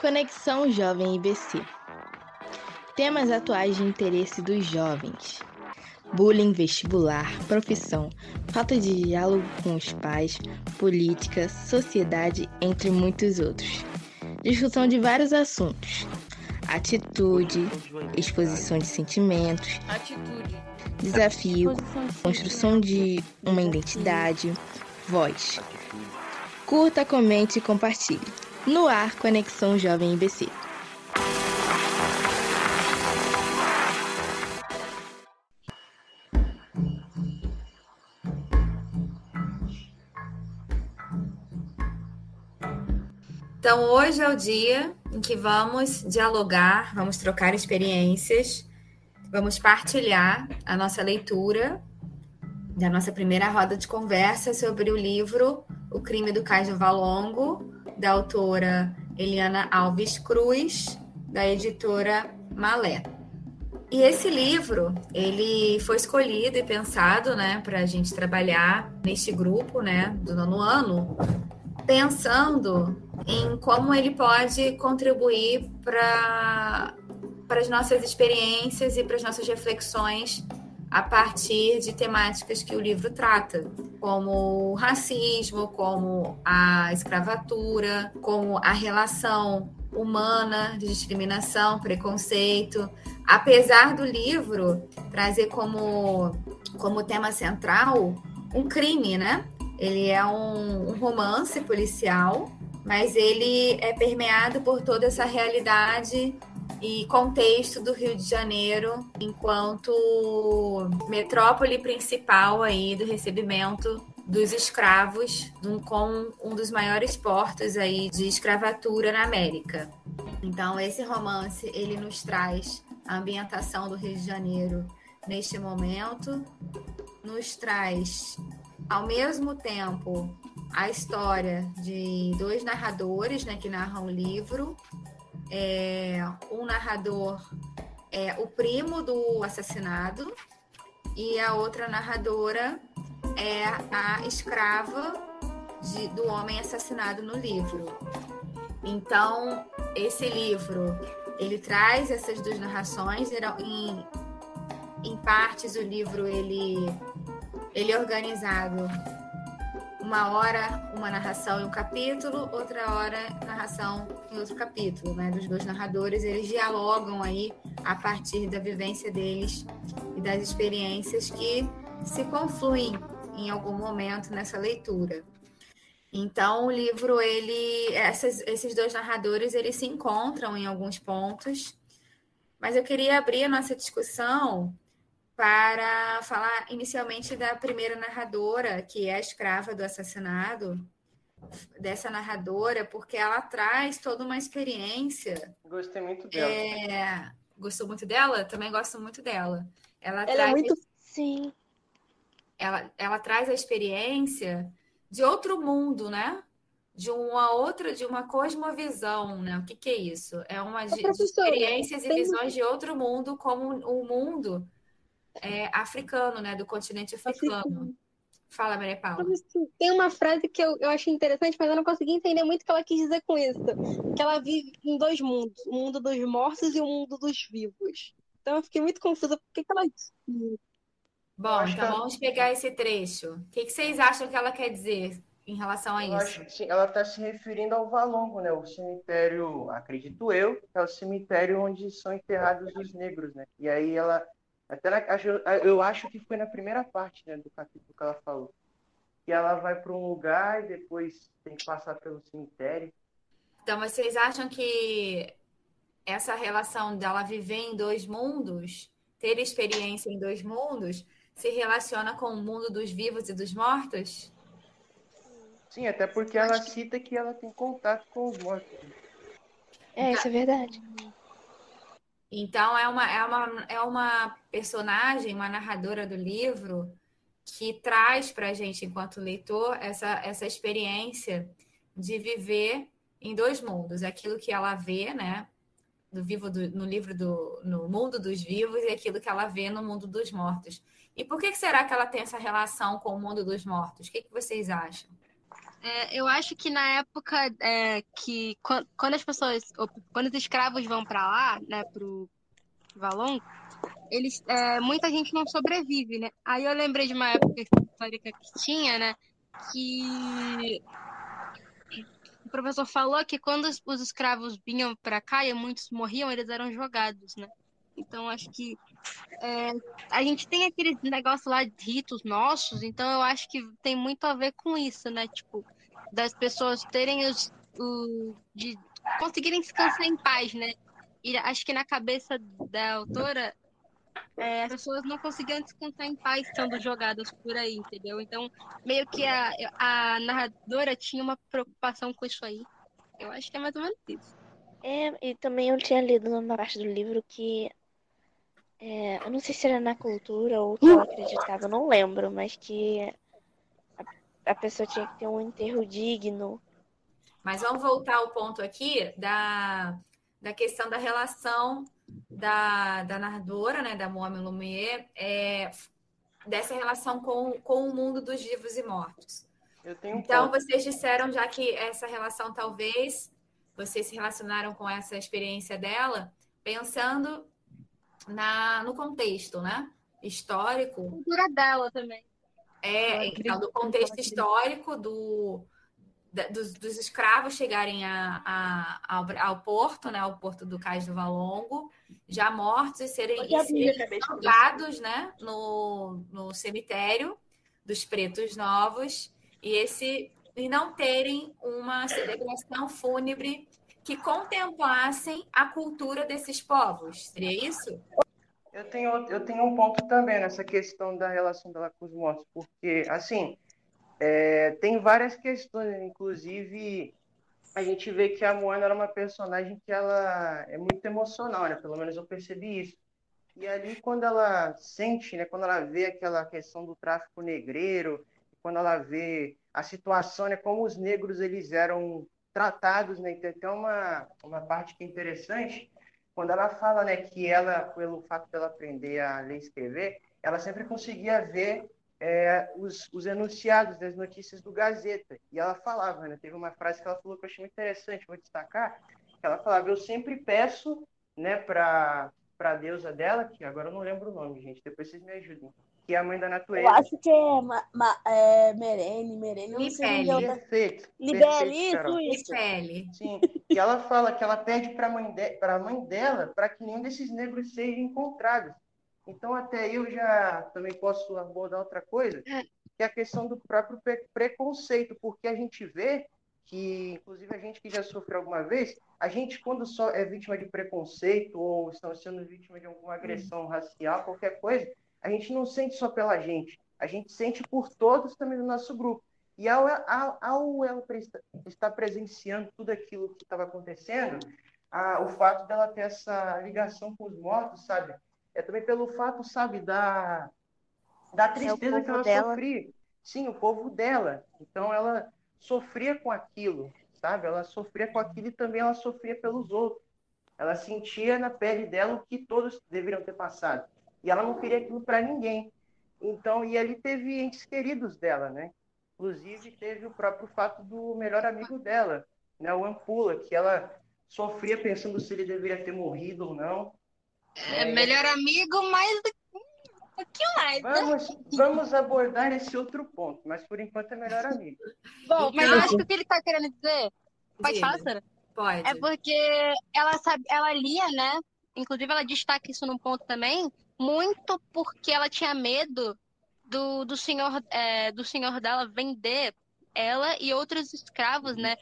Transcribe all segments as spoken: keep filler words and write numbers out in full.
Conexão Jovem I B C. Temas atuais de interesse dos jovens: bullying vestibular, profissão, falta de diálogo com os pais, política, sociedade, entre muitos outros. Discussão de vários assuntos: atitude, exposição de sentimentos, Atitude. desafio, construção de uma identidade, voz. Curta, comente e compartilhe. No ar, Conexão Jovem I B C. Então, hoje é o dia em que vamos dialogar, vamos trocar experiências, vamos partilhar a nossa leitura da nossa primeira roda de conversa sobre o livro O Crime do Cais do Valongo, da autora Eliana Alves Cruz, da editora Malé. E esse livro, ele foi escolhido e pensado, né, para a gente trabalhar neste grupo, né, do nono ano, pensando em como ele pode contribuir para para as nossas experiências e para as nossas reflexões a partir de temáticas que o livro trata, como o racismo, como a escravatura, como a relação humana de discriminação, preconceito. Apesar do livro trazer como, como tema central um crime, né? Ele é um, um romance policial, mas ele é permeado por toda essa realidade e contexto do Rio de Janeiro enquanto metrópole principal aí do recebimento dos escravos com um dos maiores portos aí de escravatura na América. Então, esse romance, ele nos traz a ambientação do Rio de Janeiro neste momento, nos traz, ao mesmo tempo, a história de dois narradores, né, que narram o livro. É, um narrador é o primo do assassinado e a outra narradora é a escrava de, do homem assassinado no livro. Então, esse livro, ele traz essas duas narrações. Em, em partes, o livro ele, ele é organizado uma hora uma narração em um capítulo, outra hora narração em outro capítulo, né? Dos dois narradores, eles dialogam aí a partir da vivência deles e das experiências que se confluem em algum momento nessa leitura. Então, o livro, ele, essas, esses dois narradores, eles se encontram em alguns pontos, mas eu queria abrir a nossa discussão para falar inicialmente da primeira narradora, que é a escrava do assassinado, dessa narradora, porque ela traz toda uma experiência. Gostei muito dela. É... Gostou muito dela? Também gosto muito dela. Ela, ela traz... é muito... Sim. Ela, ela traz a experiência de outro mundo, né? De uma outra, de uma cosmovisão, né? O que, que é isso? É uma de, de experiências e tem... visões de outro mundo, como o mundo É, africano, né? Do continente africano. africano. Fala, Maria Paula. Tem uma frase que eu, eu achei interessante, mas eu não consegui entender muito o que ela quis dizer com isso. Que ela vive em dois mundos. O mundo dos mortos e o mundo dos vivos. Então eu fiquei muito confusa. Por que, que ela disse? Bom, então vamos pegar esse trecho. O que, que vocês acham que ela quer dizer em relação a eu isso? Acho que ela está se referindo ao Valongo, né? O cemitério, acredito eu, é o cemitério onde são enterrados os negros, né? E aí ela... Até na, eu acho que foi na primeira parte, né, do capítulo que ela falou. Que ela vai para um lugar e depois tem que passar pelo cemitério. Então, vocês acham que essa relação dela viver em dois mundos, ter experiência em dois mundos, se relaciona com o mundo dos vivos e dos mortos? Sim, até porque ela cita que ela tem contato com os mortos. É, isso é verdade. Então, é uma, é, uma, é uma personagem, uma narradora do livro que traz para a gente, enquanto leitor, essa, essa experiência de viver em dois mundos. Aquilo que ela vê, né, do vivo do, no livro do no mundo dos vivos e aquilo que ela vê no mundo dos mortos. E por que, que será que ela tem essa relação com o mundo dos mortos? O que, que vocês acham? É, eu acho que na época é, que quan- quando as pessoas, ou quando os escravos vão para lá, né, pro Valongo, eles, é, muita gente não sobrevive, né? Aí eu lembrei de uma época histórica que tinha, né, que o professor falou que quando os, os escravos vinham para cá e muitos morriam, eles eram jogados, né? Então acho que é, a gente tem aquele negócio lá de ritos nossos, então eu acho que tem muito a ver com isso, né? Tipo, das pessoas terem os, o, de conseguirem descansar em paz, né? E acho que na cabeça da autora, é, as pessoas não conseguiam descansar em paz sendo jogadas por aí, entendeu? Então, meio que a, a narradora tinha uma preocupação com isso aí. Eu acho que é mais ou menos isso. É, e também eu tinha lido numa parte do livro que, é, eu não sei se era na cultura ou que ela acreditava, eu não lembro, mas que a, a pessoa tinha que ter um enterro digno. Mas vamos voltar ao ponto aqui da, da questão da relação da, da narradora, né, da Moame Lumière, é, dessa relação com, com o mundo dos vivos e mortos. Eu tenho um Então, ponto. vocês disseram já que essa relação, talvez, vocês se relacionaram com essa experiência dela, pensando na, no contexto, né? Histórico. A cultura dela também. É, então, do contexto histórico do, da, dos, dos escravos chegarem a, a, ao, ao porto, né? Ao porto do Cais do Valongo, já mortos e serem, e serem jogados, né? No, no cemitério dos pretos novos, e esse e não terem uma celebração fúnebre que contemplassem a cultura desses povos. Seria isso? Eu tenho, eu tenho um ponto também nessa questão da relação dela com os mortos, porque, assim, é, tem várias questões, né? Inclusive, a gente vê que a Moana era uma personagem que ela é muito emocional, né? Pelo menos eu percebi isso. E ali, quando ela sente, né? Quando ela vê aquela questão do tráfico negreiro, quando ela vê a situação, né? Como os negros eles eram tratados, né? Tem até uma, uma parte que é interessante, quando ela fala, né? Que ela, pelo fato dela aprender a ler e escrever, ela sempre conseguia ver é, os, os enunciados das notícias do Gazeta. E ela falava, né? Teve uma frase que ela falou que eu achei muito interessante, vou destacar, que ela falava, eu sempre peço, né? Para para a deusa dela, que agora eu não lembro o nome, gente, depois vocês me ajudem, que é a mãe da Eu natureza. acho que é, ma, ma, é Merene, Merene, eu não sei onde ela tá. Perfeito, Libele, perfeito, isso, Carol. isso. Pele. Sim, e ela fala que ela pede para a mãe, de, a mãe dela para que nenhum desses negros sejam encontrados. Então, até eu já também posso abordar outra coisa, que é a questão do próprio pre preconceito, porque a gente vê que, inclusive a gente que já sofreu alguma vez, a gente quando só é vítima de preconceito ou estamos sendo vítima de alguma agressão racial, qualquer coisa, a gente não sente só pela gente, a gente sente por todos também do nosso grupo. E ao, ao, ao ela estar presenciando tudo aquilo que estava acontecendo, a, o fato dela ter essa ligação com os mortos, sabe? É também pelo fato, sabe, da, da tristeza É que ela dela. sofria. Sim, o povo dela. Então, ela sofria com aquilo, sabe? Ela sofria com aquilo e também ela sofria pelos outros. Ela sentia na pele dela o que todos deveriam ter passado. E ela não queria aquilo para ninguém. Então, e ali teve entes queridos dela, né? Inclusive, teve o próprio fato do melhor amigo dela, né? O Ampula, que ela sofria pensando se ele deveria ter morrido ou não. É melhor amigo, mais do um pouquinho mais, né? Vamos, vamos abordar esse outro ponto, mas por enquanto é melhor amigo. Bom, mas eu acho que o que ele tá querendo dizer. Pode Diga. falar, Sara? Pode. É porque ela sabe, ela lia, né? Inclusive, ela destaca isso num ponto também, muito porque ela tinha medo do, do senhor é, do senhor dela vender ela e outros escravos, né?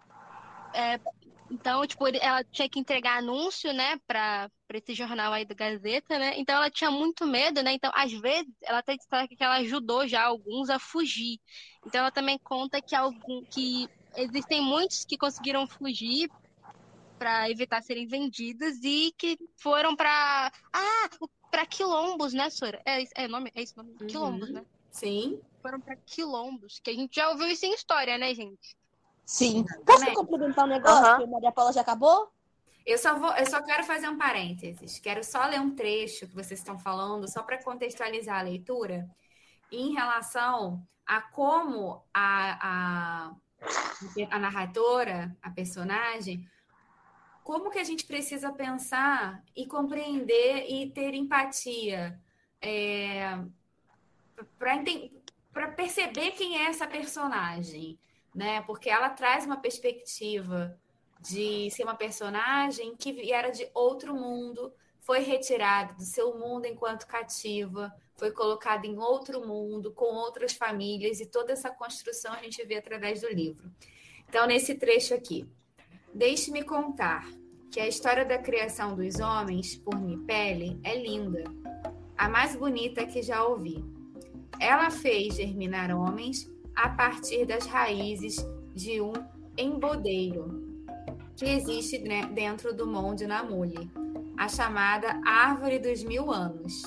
É, então, tipo, ele- ela tinha que entregar anúncio, né, pra, pra esse jornal aí do Gazeta, né? Então ela tinha muito medo, né? Então, às vezes, ela até destaca que ela ajudou já alguns a fugir. Então ela também conta que, algum, que existem muitos que conseguiram fugir para evitar serem vendidos e que foram para ah, para quilombos, né, Sora? É, isso- é nome, é esse nome, Uhum. quilombos, né? Sim. Foram para quilombos, que a gente já ouviu isso em história, né, gente? Sim. Exatamente. Posso complementar um negócio? Aham. Que a Maria Paula já acabou? Eu só vou, eu só quero fazer um parênteses. Quero só ler um trecho que vocês estão falando, só para contextualizar a leitura, em relação a como a, a, a narradora, a personagem, como que a gente precisa pensar e compreender e ter empatia é, para perceber quem é essa personagem, né? Porque ela traz uma perspectiva de ser uma personagem que era de outro mundo, foi retirada do seu mundo enquanto cativa, foi colocada em outro mundo, com outras famílias, e toda essa construção a gente vê através do livro. Então, nesse trecho aqui, deixe-me contar que a história da criação dos homens por Nipele é linda, a mais bonita que já ouvi. Ela fez germinar homens a partir das raízes de um embodeiro que existe, né, dentro do Monte Namuli, a chamada Árvore dos Mil Anos.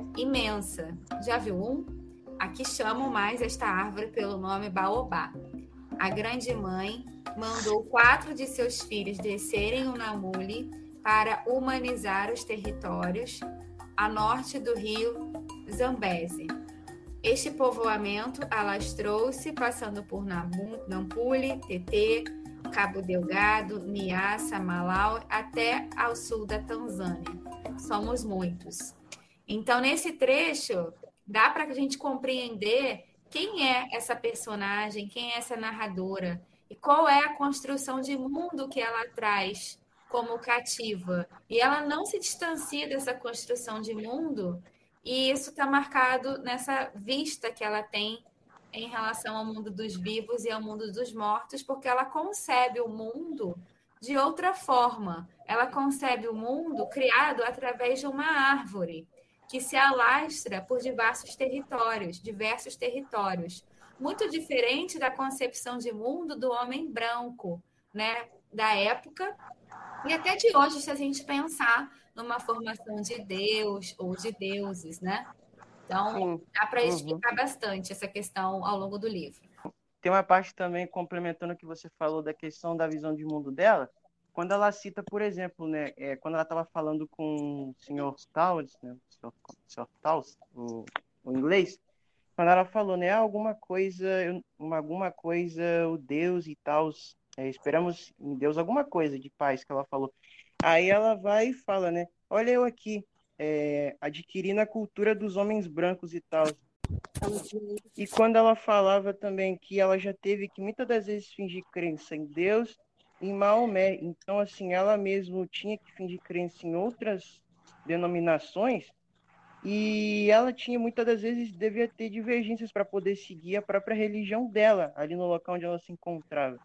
Imensa. Já viu um? Aqui chamam mais esta árvore pelo nome Baobá. A grande mãe mandou quatro de seus filhos descerem o Namuli para humanizar os territórios a norte do rio Zambeze. Este povoamento alastrou-se, passando por Nampula, Tetê, Cabo Delgado, Niassa, Malau, até ao sul da Tanzânia. Somos muitos. Então, nesse trecho, dá para a gente compreender quem é essa personagem, quem é essa narradora e qual é a construção de mundo que ela traz como cativa. E ela não se distancia dessa construção de mundo, e isso está marcado nessa vista que ela tem em relação ao mundo dos vivos e ao mundo dos mortos, porque ela concebe o mundo de outra forma. Ela concebe o mundo criado através de uma árvore que se alastra por diversos territórios, diversos territórios. Muito diferente da concepção de mundo do homem branco, né, da época, e até de hoje, se a gente pensar numa formação de Deus ou de deuses, né? Então, Sim. dá para Uhum. explicar bastante essa questão ao longo do livro. Tem uma parte também, complementando o que você falou da questão da visão de mundo dela, quando ela cita, por exemplo, né, é, quando ela estava falando com o senhor Taus, né, o senhor Taus, o, o inglês, quando ela falou, né, alguma coisa, uma, alguma coisa, o Deus e tal, é, esperamos em Deus alguma coisa de paz, que ela falou. Aí ela vai e fala, né, olha eu aqui, é, adquirindo a cultura dos homens brancos e tal. E quando ela falava também que ela já teve que muitas das vezes fingir crença em Deus e em Maomé, então assim, ela mesma tinha que fingir crença em outras denominações, e ela tinha muitas das vezes devia ter divergências para poder seguir a própria religião dela, ali no local onde ela se encontrava.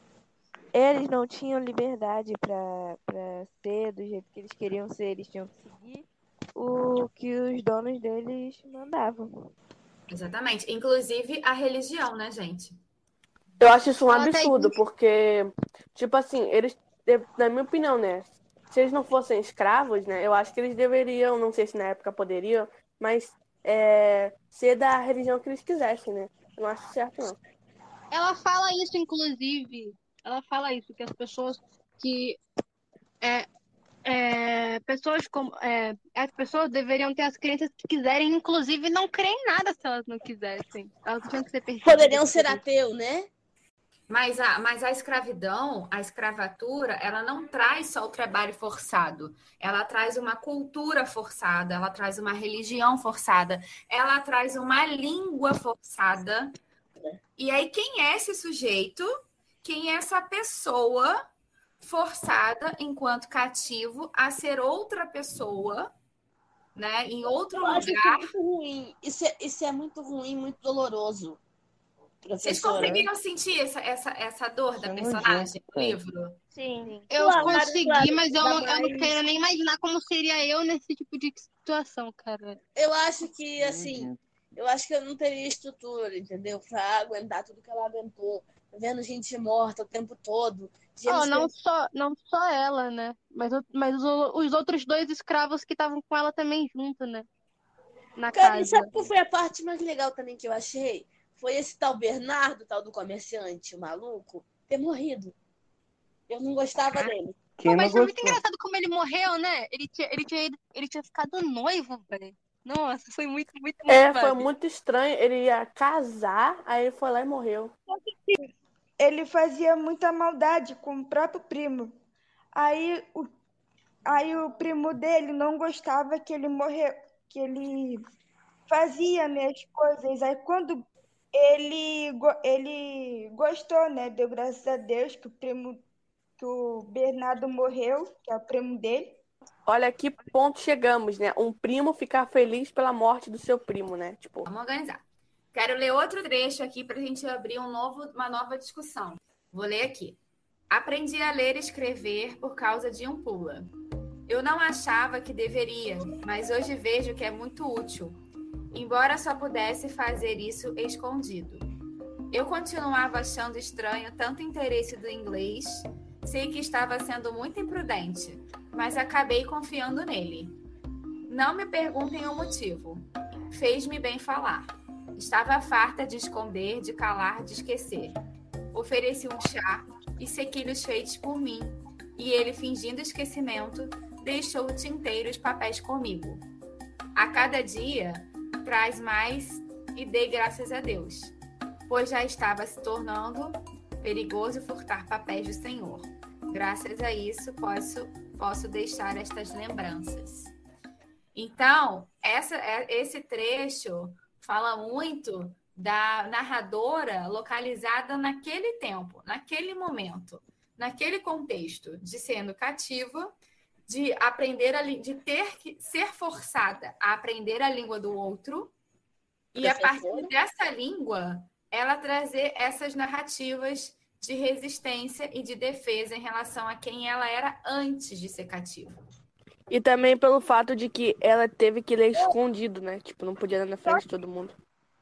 Eles não tinham liberdade para ser do jeito que eles queriam ser, eles tinham que seguir o que os donos deles mandavam. Exatamente. Inclusive a religião, né, gente? Eu acho isso um Ela até absurdo, disse- porque, tipo assim, eles, na minha opinião, né? Se eles não fossem escravos, né? Eu acho que eles deveriam, não sei se na época poderiam, mas é, ser da religião que eles quisessem, né? Eu não acho certo, não. Ela fala isso, inclusive. Ela fala isso, que as pessoas que. É, é, pessoas como. É, as pessoas deveriam ter as crenças que quiserem, inclusive não crer em nada se elas não quisessem. Elas tinham que ser perseguidas. Poderiam ser ateu, né? Mas a, mas a escravidão, a escravatura, ela não traz só o trabalho forçado. Ela traz uma cultura forçada, ela traz uma religião forçada, ela traz uma língua forçada. E aí, quem é esse sujeito? Quem é essa pessoa forçada, enquanto cativo, a ser outra pessoa, né? Em outro Eu acho isso lugar. muito ruim. Isso é, isso é muito ruim, muito doloroso. Vocês Professora. conseguiram sentir essa, essa, essa dor da Isso é personagem nojento, no cara. livro? Sim. Eu Claro, consegui, claro, mas eu, ainda não- eu não mais- quero nem imaginar como seria eu nesse tipo de situação, cara. Eu acho que, Isso é assim, nojento. eu acho que eu não teria estrutura, entendeu? Pra aguentar tudo que ela aguentou. Vendo gente morta o tempo todo. Gente Oh, não que- só, não só ela, né? Mas, o- mas os, os outros dois escravos que estavam com ela também junto, né? Na Cara, e casa. sabe qual foi a parte mais legal também que eu achei? Foi esse tal Bernardo, tal do comerciante, o maluco, ter morrido. Eu não gostava dele. Quem Pô, não mas foi muito gostou? engraçado como ele morreu, né? Ele tinha, ele tinha, ido- ele tinha ficado noivo, velho. Nossa, foi muito, muito, muito É, foi vibe. muito estranho. Ele ia casar, aí ele foi lá e morreu. ele fazia muita maldade com o próprio primo. Aí o, aí o primo dele não gostava que ele morreu, que ele fazia, né, as coisas. Aí quando ele, go- ele gostou, né, deu graças a Deus que o primo, que o Bernardo morreu, que é o primo dele. Olha a que ponto chegamos, né? Um primo ficar feliz pela morte do seu primo, né? Tipo, Vamos organizar. Quero ler outro trecho aqui para a gente abrir um novo, uma nova discussão. Vou ler aqui. Aprendi a ler e escrever por causa de um pula. Eu não achava que deveria, mas hoje vejo que é muito útil, embora só pudesse fazer isso escondido. Eu continuava achando estranho tanto interesse do inglês, sei que estava sendo muito imprudente, mas acabei confiando nele. Não me perguntem o motivo. Fez-me bem falar. Estava farta de esconder, de calar, de esquecer. Ofereci um chá e sequilhos feitos por mim, e ele, fingindo esquecimento, deixou tinteiros papéis comigo. A cada dia, traz mais e dei graças a Deus, pois já estava se tornando perigoso furtar papéis do Senhor. Graças a isso, posso, posso deixar estas lembranças. Então, essa, esse trecho fala muito da narradora localizada naquele tempo, naquele momento, naquele contexto de sendo cativa, de aprender a, de ter que ser forçada a aprender a língua do outro e a partir dessa língua ela trazer essas narrativas de resistência e de defesa em relação a quem ela era antes de ser cativa. e também pelo fato de que ela teve que ler escondido, né? Tipo, não podia ler na frente de todo mundo.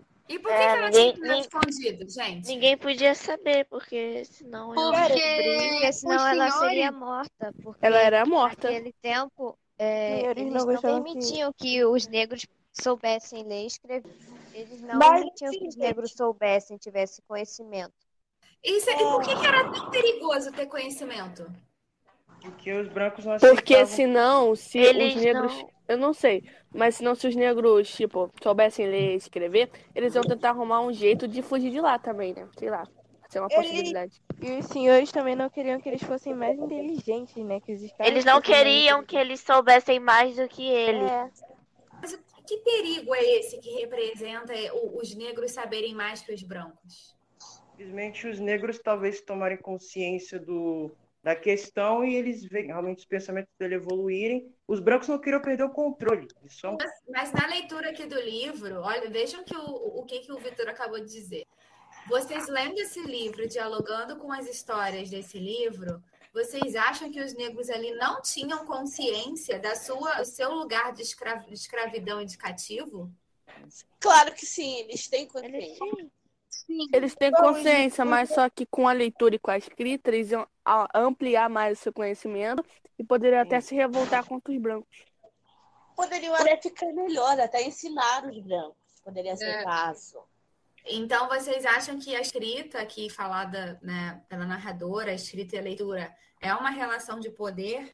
E por que, É, que ela ninguém- tinha que ler nin- escondido, gente? Ninguém podia saber, porque senão ela Porque descobria. Porque senão os ela seria senhores- morta. Porque Ela era morta. naquele tempo, é, Senhores eles não não gostavam permitiam que os negros soubessem ler e escrever. Eles não Mas, permitiam que os sim, negros soubessem, tivessem conhecimento. Isso, E por que, que era tão perigoso ter conhecimento? Porque os brancos não aceitavam. Porque senão, se Eles os negros. não- Eu não sei, mas senão se os negros, tipo, soubessem ler e escrever, eles iam tentar arrumar um jeito de fugir de lá também, né? Sei lá. Ser uma Ele- possibilidade. E os senhores também não queriam que eles fossem mais inteligentes, né? Que os escravos Eles não fossem mais queriam que eles soubessem mais do que ele. É, Mas que perigo é esse que representa o- os negros saberem mais que os brancos? Simplesmente os negros talvez tomarem consciência do, da questão e eles veem realmente os pensamentos dele evoluírem. Os brancos não queriam perder o controle. Eles só Mas na leitura aqui do livro, olha, vejam que o, o que, que o Vitor acabou de dizer. Vocês lendo esse livro, dialogando com as histórias desse livro, vocês acham que os negros ali não tinham consciência da sua, do seu lugar de, escra- de escravidão e de cativo? Claro que sim, eles têm Eles consciência. tinham. Sim. Eles têm consciência, mas só que com a leitura e com a escrita, eles iam a- ampliar mais o seu conhecimento e poderiam até se revoltar contra os brancos. Poderiam até ficar melhor, até ensinar os brancos. Poderia ser É. o caso. Então, vocês acham que a escrita aqui falada, né, pela narradora, a escrita e a leitura, é uma relação de poder?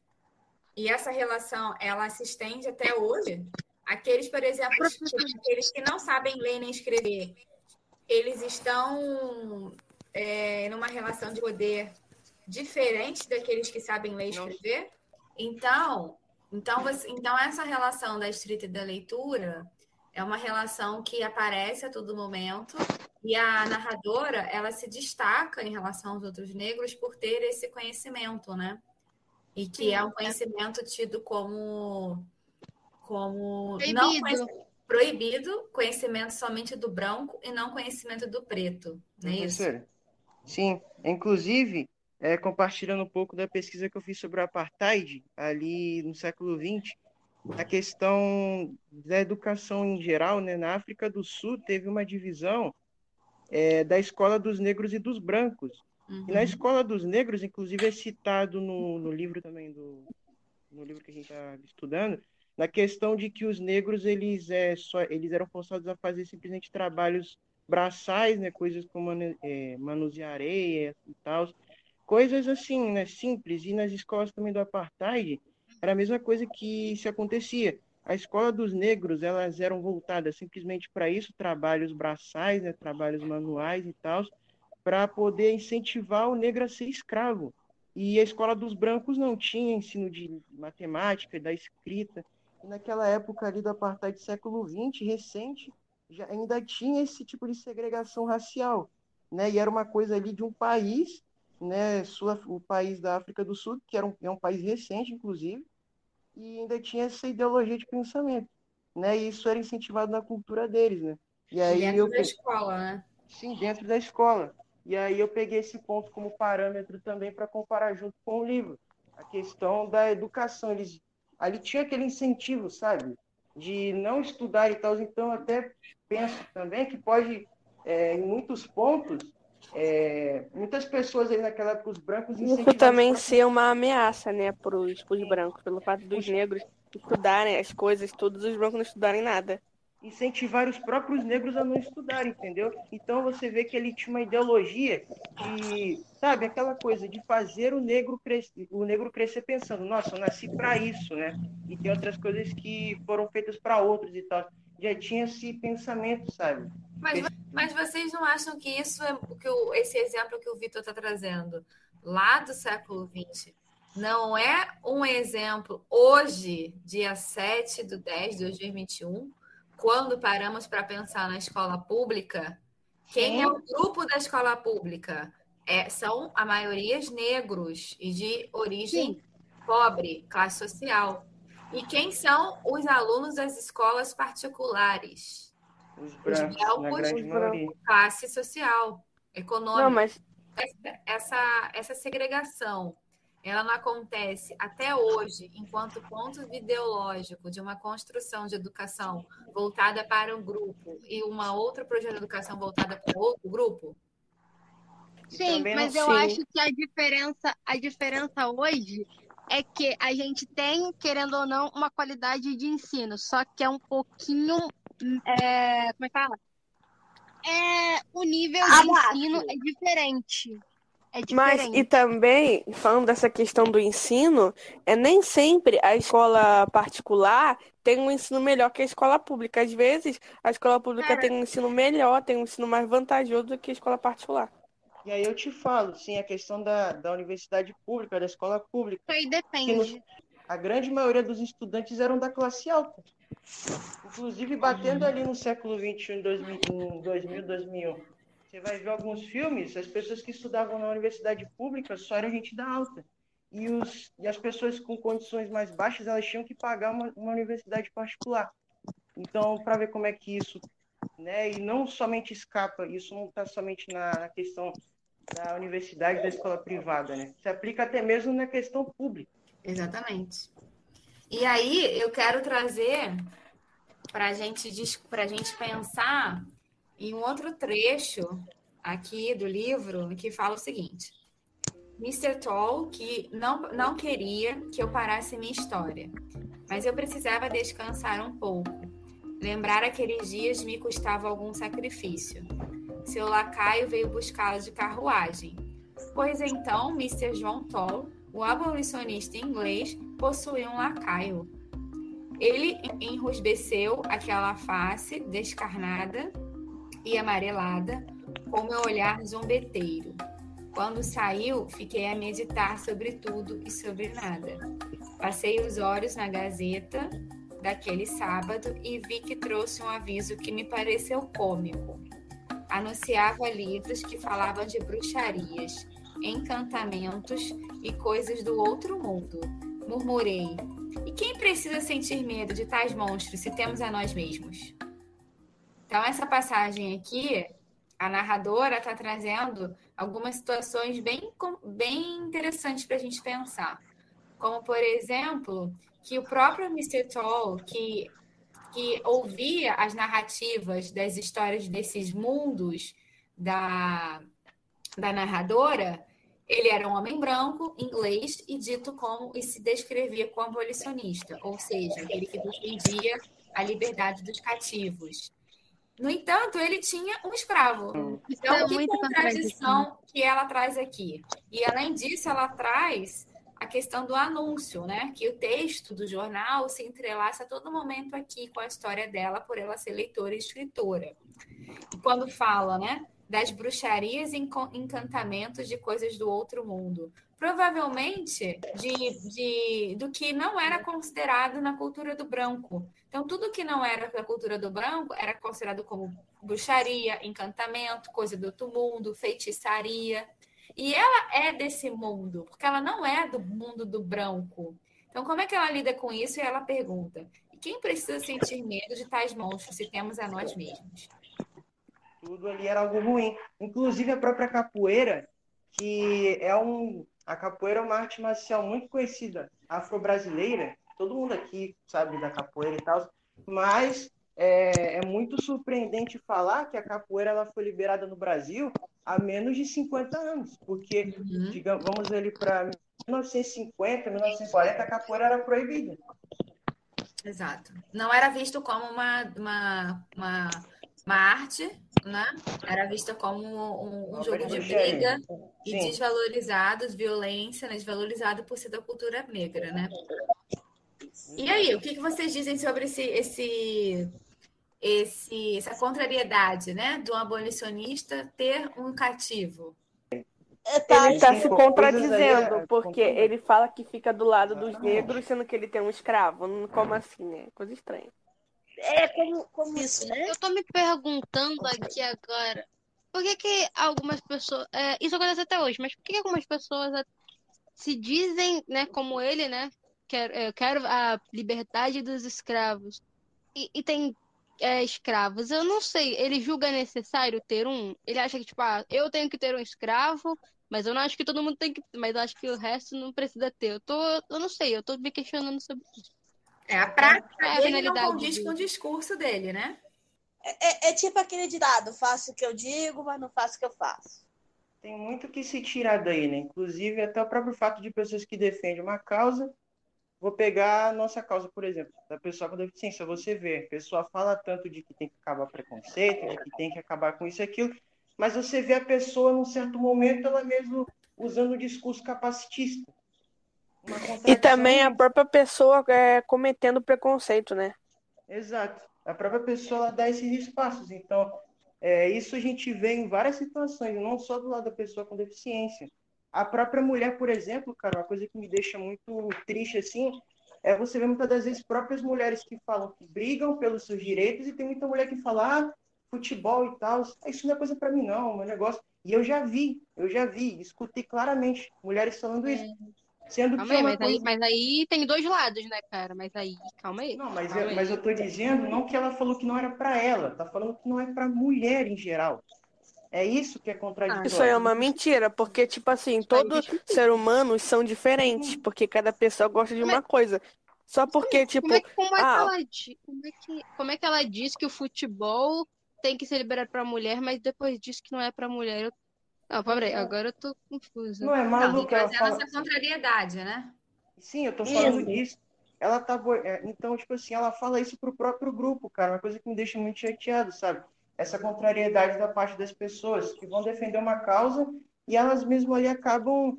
E essa relação, ela se estende até hoje? Aqueles, por exemplo, tipo, aqueles que não sabem ler nem escrever, eles estão é, numa relação de poder diferente daqueles que sabem ler e escrever? Então, então, você, então essa relação da escrita e da leitura é uma relação que aparece a todo momento e a narradora, ela se destaca em relação aos outros negros por ter esse conhecimento, né? E que é um conhecimento tido como, como não Proibido. conhec- proibido, conhecimento somente do branco e não conhecimento do preto, não é isso? Professora, sim, inclusive, é, compartilhando um pouco da pesquisa que eu fiz sobre o apartheid, ali no século vinte, a questão da educação em geral, né, na África do Sul teve uma divisão é, da escola dos negros e dos brancos. E na Uhum. escola dos negros, inclusive, é citado no, no livro também, do, no livro que a gente está estudando, na questão de que os negros eles, é, só, eles eram forçados a fazer simplesmente trabalhos braçais, né, coisas como é, manusear areia e tal, coisas assim, né, simples. E nas escolas também do apartheid era a mesma coisa que se acontecia. A escola dos negros, elas eram voltadas simplesmente para isso, trabalhos braçais, né, trabalhos manuais e tal, para poder incentivar o negro a ser escravo. E a escola dos brancos não tinha ensino de matemática, da escrita. E naquela época ali do apartheid do século vinte, recente, já ainda tinha esse tipo de segregação racial, né? E era uma coisa ali de um país, né? Sul, o país da África do Sul, que era um, é um país recente, inclusive, e ainda tinha essa ideologia de pensamento, né? E isso era incentivado na cultura deles, né? E aí Dentro eu da escola, né? Sim, dentro da escola. E aí eu peguei esse ponto como parâmetro também para comparar junto com o livro. A questão da educação. Eles, ali tinha aquele incentivo, sabe? De não estudar e tal. Então, eu até penso também que pode, é, em muitos pontos, é, muitas pessoas aí naquela época, os brancos Isso incentivaram os também próprios... ser uma ameaça, né, para os Sim, brancos, pelo fato dos os- negros estudarem as coisas, todos os brancos não estudarem nada. incentivar os próprios negros a não estudar, entendeu? Então você vê que ele tinha uma ideologia de, sabe, aquela coisa de fazer o negro crescer, o negro crescer pensando, nossa, eu nasci para isso, né? E tem outras coisas que foram feitas para outros e tal. Já tinha esse pensamento, sabe? Mas, mas vocês não acham que isso é o que o, esse exemplo que o Vitor está trazendo lá do século vinte não é um exemplo hoje, dia sete de dez de dois mil e vinte e um, quando paramos para pensar na escola pública? Quem é o grupo da escola pública? É, são a maioria negros e de origem Sim. pobre, classe social. E quem são os alunos das escolas particulares? Os Os brancos, na belgos, grande maioria. classe social, Não, econômica. mas Essa, essa segregação, ela não acontece até hoje, enquanto ponto ideológico de uma construção de educação voltada para um grupo e uma outra projeto de educação voltada para outro grupo? E Sim, também não... mas eu sim. acho que a diferença, a diferença hoje é que a gente tem, querendo ou não, uma qualidade de ensino, só que é um pouquinho, é, como é que fala? É, o nível de ensino Abaixo. é diferente. É Mas, e diferente. também, falando dessa questão do ensino, é nem sempre a escola particular tem um ensino melhor que a escola pública. Às vezes, a escola pública Cara, tem um ensino melhor, tem um ensino mais vantajoso do que a escola particular. E aí eu te falo, sim, a questão da, da universidadade pública, da escola pública, Isso aí que nos, depende. a grande maioria dos estudantes eram da classe alta. Inclusive, batendo ali no século vinte e um, em dois mil, em dois mil, dois mil e um, você vai ver alguns filmes, as pessoas que estudavam na universidade pública só eram gente da alta. E, os, e as pessoas com condições mais baixas, elas tinham que pagar uma, uma universidade particular. Então, para ver como é que isso, né, e não somente escapa, isso não está somente na, na questão da universidade, da escola privada, né? Se aplica até mesmo na questão pública. exatamente. E aí eu quero trazer para gente, a gente pensar em um outro trecho aqui do livro que fala o seguinte: mister Toll, que não, não queria que eu parasse minha história, mas eu precisava descansar um pouco. Lembrar aqueles dias me custava algum sacrifício. Seu lacaio veio buscá-lo de carruagem. Pois então, mister John Toll, o abolicionista inglês, possuía um lacaio. Ele enrubesceu aquela face descarnada e amarelada com meu olhar zombeteiro. Quando saiu, fiquei a meditar sobre tudo e sobre nada. Passei os olhos na Gazeta daquele sábado e vi que trouxe um aviso que me pareceu cômico. Anunciava livros que falavam de bruxarias, encantamentos e coisas do outro mundo. Murmurei: e quem precisa sentir medo de tais monstros se temos a nós mesmos? Então, essa passagem aqui, a narradora está trazendo algumas situações bem, bem interessantes para a gente pensar. Como, por exemplo, que o próprio mister Toll, que, que ouvia as narrativas das histórias desses mundos da, da narradora, ele era um homem branco, inglês, e dito como e se descrevia como abolicionista, ou seja, aquele que defendia a liberdade dos cativos. No entanto, ele tinha um escravo. Então, é que contradição que ela traz aqui? E, além disso, ela traz a questão do anúncio, né? Que o texto do jornal se entrelaça a todo momento aqui com a história dela, por ela ser leitora e escritora. E quando fala, né? das bruxarias e enco- encantamentos de coisas do outro mundo. Provavelmente de, de, do que não era considerado na cultura do branco. Então, tudo que não era da cultura do branco era considerado como bruxaria, encantamento, coisa do outro mundo, feitiçaria. E ela é desse mundo, porque ela não é do mundo do branco. Então, como é que ela lida com isso? E ela pergunta: e quem precisa sentir medo de tais monstros se temos a nós mesmos? Tudo ali era algo ruim. Inclusive a própria capoeira, que é um... A capoeira é uma arte marcial muito conhecida, afro-brasileira. Todo mundo aqui sabe da capoeira e tal. Mas é, é muito surpreendente falar que a capoeira ela foi liberada no Brasil há menos de cinquenta anos. Porque, Uhum. digamos, vamos ali para mil novecentos e cinquenta, mil novecentos e quarenta, a capoeira era proibida. Exato. Não era visto como uma, uma, uma, uma arte, né? Era vista como um, um Uma jogo de bruxaria. briga e Sim. desvalorizado, violência, né? Desvalorizado por ser da cultura negra, né? E aí, o que, que vocês dizem sobre esse, esse, esse, essa contrariedade, né? Do abolicionista ter um cativo? É, tá, Ele está Tem se coisas contradizendo, aí, é, porque contundentes. ele fala que fica do lado dos Exatamente. negros, sendo que ele tem um escravo. Como assim, né? Coisa estranha. é como, como isso, né? Eu tô me perguntando aqui agora, por que que algumas pessoas, é, isso acontece até hoje, mas por que que algumas pessoas é, se dizem, né, como ele, né, quero, eu quero a liberdade dos escravos, e, e tem é, escravos, eu não sei, ele julga necessário ter um, ele acha que, tipo, ah, eu tenho que ter um escravo, mas eu não acho que todo mundo tem que, mas eu acho que o resto não precisa ter, eu tô, eu não sei, eu tô me questionando sobre isso. É, a Qual prática é a dele não finalidade condiz com o dele? discurso dele, né? É, é, é tipo aquele ditado: faço o que eu digo, mas não faço o que eu faço. Tem muito que se tirar daí, né? Inclusive, até o próprio fato de pessoas que defendem uma causa. Vou pegar a nossa causa, por exemplo, da pessoa com deficiência. Você vê, a pessoa fala tanto de que tem que acabar preconceito, de que tem que acabar com isso e aquilo, mas você vê a pessoa, num certo momento, ela mesmo usando o discurso capacitista. Uma E contradição também a imensa. própria pessoa é, cometendo preconceito, né? Exato. A própria pessoa ela dá esses espaços. Então, é, isso a gente vê em várias situações, não só do lado da pessoa com deficiência. A própria mulher, por exemplo, cara, uma coisa que me deixa muito triste assim, é você ver muitas das vezes próprias mulheres que falam que brigam pelos seus direitos e tem muita mulher que fala, ah, futebol e tal, ah, isso não é coisa para mim não, meu negócio. E eu já vi, eu já vi, escutei claramente mulheres falando isso. Sendo Calma que é aí, uma mas aí, coisa... mas aí tem dois lados, né, cara? Mas aí, calma aí. Não, mas Calma eu, mas aí. eu tô dizendo não que ela falou que não era para ela, tá falando que não é para mulher em geral. É isso que é Ah, Isso aí é contraditório. uma mentira, porque, tipo assim, aí todo justifica. ser humano são diferentes, Sim, porque cada pessoa gosta de Como é, uma coisa. Só porque, como é, tipo, como é que ah, ela, di- como é que, como é que ela diz que o futebol tem que ser liberado pra mulher, mas depois diz que não é pra mulher? Eu... Não, peraí, agora eu tô confusa. não é Não, tô maluca, ela trazendo fala. essa contrariedade, né? Sim, eu tô falando Isso. disso. Ela tá. bo- é, Então, tipo assim, ela fala isso pro próprio grupo, cara. Uma coisa que me deixa muito chateado, sabe? Essa contrariedade da parte das pessoas que vão defender uma causa e elas mesmo ali acabam,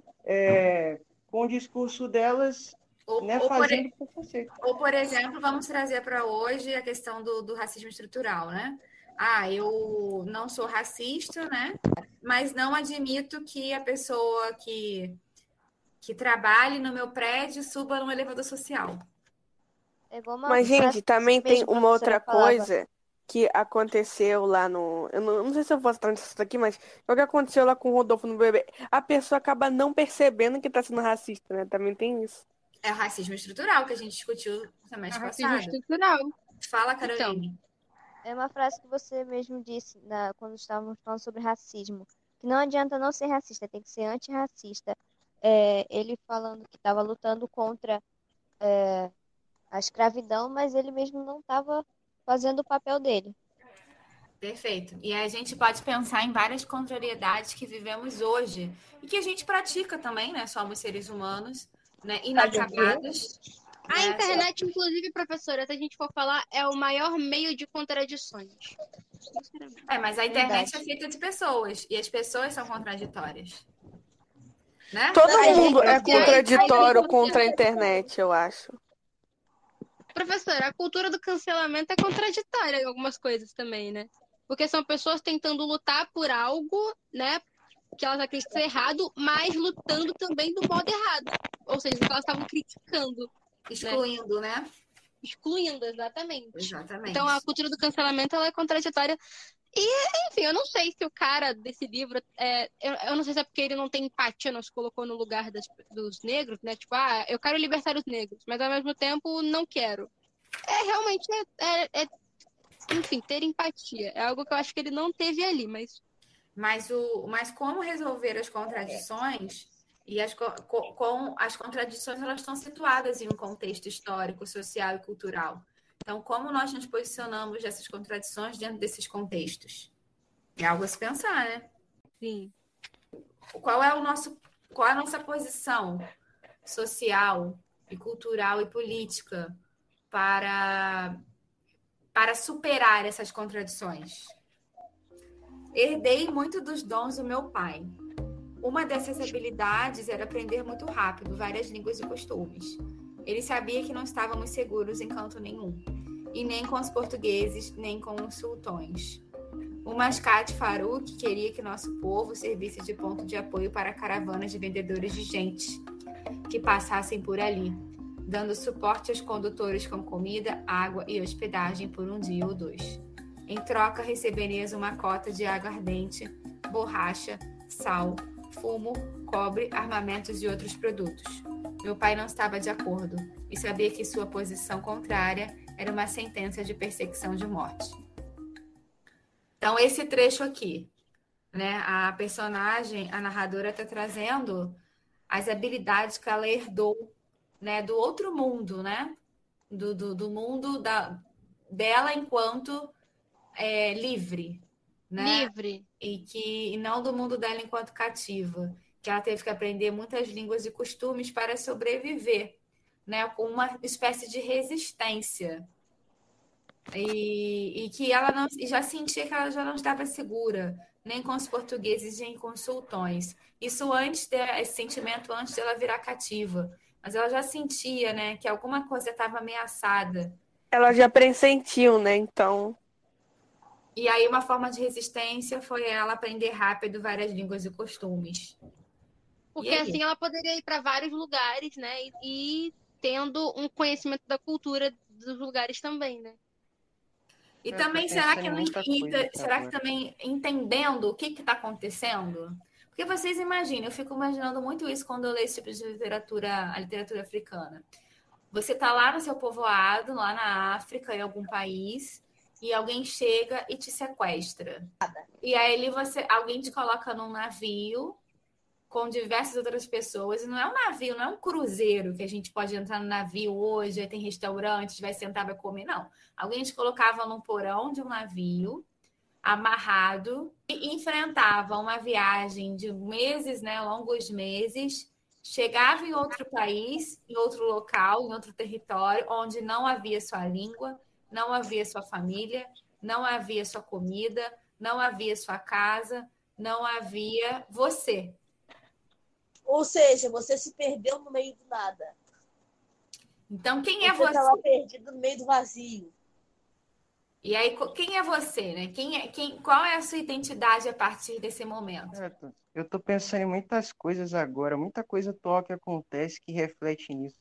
é, com o discurso delas, Ou, né, ou, por, fazendo preconceito. ou, por exemplo, vamos trazer para hoje a questão do, do racismo estrutural, né? Ah, eu não sou racista, né? Mas não admito que a pessoa que, que trabalhe no meu prédio suba no elevador social. É igual uma mas, frase gente, também tem mesmo, uma outra professora falava. coisa que aconteceu lá no. Eu não, eu não sei se eu posso entrar nisso aqui, mas o que aconteceu lá com o Rodolfo no bebê? A pessoa acaba não percebendo que tá sendo racista, né? Também tem isso. É o racismo estrutural que a gente discutiu no É semestre racismo passado. estrutural. Fala, Então, Caroline. É uma frase que você mesmo disse na, quando estávamos falando sobre racismo. Que não adianta não ser racista, tem que ser antirracista. É, ele falando que estava lutando contra é, a escravidão, mas ele mesmo não estava fazendo o papel dele. Perfeito. E a gente pode pensar em várias contrariedades que vivemos hoje e que a gente pratica também, né? Somos seres humanos, né? Inacabados. a É, internet, inclusive, professora, se a gente for falar, é o maior meio de contradições. Sinceramente. é, mas a internet Verdade. é feita de pessoas e as pessoas são contraditórias, né? Todo Ai, mundo gente, é Aí- contraditório aí- contra a internet, eu acho. Professora, a cultura do cancelamento é contraditória em algumas coisas também, né? Porque são pessoas tentando lutar por algo, né, que elas acreditam ser errado, mas lutando também do modo errado. Ou seja, que elas estavam criticando, Excluindo, né? né? Excluindo, exatamente. Exatamente. Então, a cultura do cancelamento, ela é contraditória. E, enfim, eu não sei se o cara desse livro... É, eu, eu não sei se é porque ele não tem empatia, não se colocou no lugar das, dos negros, né? Tipo, ah, eu quero libertar os negros, mas, ao mesmo tempo, não quero. É, realmente, é, é, é enfim, ter empatia. É algo que eu acho que ele não teve ali, mas... Mas, o, mas como resolver as contradições... E as, com, com as contradições, elas estão situadas em um contexto histórico, social e cultural. Então, como nós nos posicionamos dessas contradições dentro desses contextos? É algo a se pensar, né? Sim. Qual é o nosso, qual é a nossa posição social e cultural e política para, para superar essas contradições? Herdei muito dos dons do meu pai. Uma dessas habilidades era aprender muito rápido várias línguas e costumes. Ele sabia que não estávamos seguros em canto nenhum, e nem com os portugueses, nem com os sultões. O Mascate Farouk queria que nosso povo servisse de ponto de apoio para caravanas de vendedores de gente que passassem por ali, dando suporte aos condutores com comida, água e hospedagem por um dia ou dois. Em troca, receberias uma cota de água ardente, borracha, sal, fumo, cobre, armamentos e outros produtos. Meu pai não estava de acordo e sabia que sua posição contrária era uma sentença de perseguição de morte. Então, esse trecho aqui, né? A personagem, a narradora, está trazendo as habilidades que ela herdou, né, do outro mundo, né? Do, do, do mundo da, dela enquanto é, livre, né? Livre. E que e não do mundo dela enquanto cativa, que ela teve que aprender muitas línguas e costumes para sobreviver, né, com uma espécie de resistência. E, e que ela não, já sentia que ela já não estava segura, nem com os portugueses, nem com os sultões. Isso antes, de, esse sentimento antes dela virar cativa. Mas ela já sentia, né, que alguma coisa estava ameaçada. Ela já pressentiu, né, então... E aí uma forma de resistência foi ela aprender rápido várias línguas e costumes. Porque assim ela poderia ir para vários lugares, né? E, e tendo um conhecimento da cultura dos lugares também, né? E Eu também, será que, ela, será que também entendendo o que está acontecendo? Porque vocês imaginam, eu fico imaginando muito isso quando eu leio esse tipo de literatura, a literatura africana. Você está lá no seu povoado, lá na África, em algum país... e alguém chega e te sequestra. E aí você, alguém te coloca num navio com diversas outras pessoas, e não é um navio, não é um cruzeiro que a gente pode entrar no navio hoje, aí tem restaurante, vai sentar, vai comer, não. Alguém te colocava num porão de um navio, amarrado, e enfrentava uma viagem de meses, né, longos meses, chegava em outro país, em outro local, em outro território, onde não havia sua língua, não havia sua família, não havia sua comida, não havia sua casa, não havia você. Ou seja, você se perdeu no meio do nada. Então, quem é você? Você estava perdido no meio do vazio. E aí, quem é você, né? Quem é, quem, qual é a sua identidade a partir desse momento? Eu estou pensando em muitas coisas agora, muita coisa atual que acontece que reflete nisso.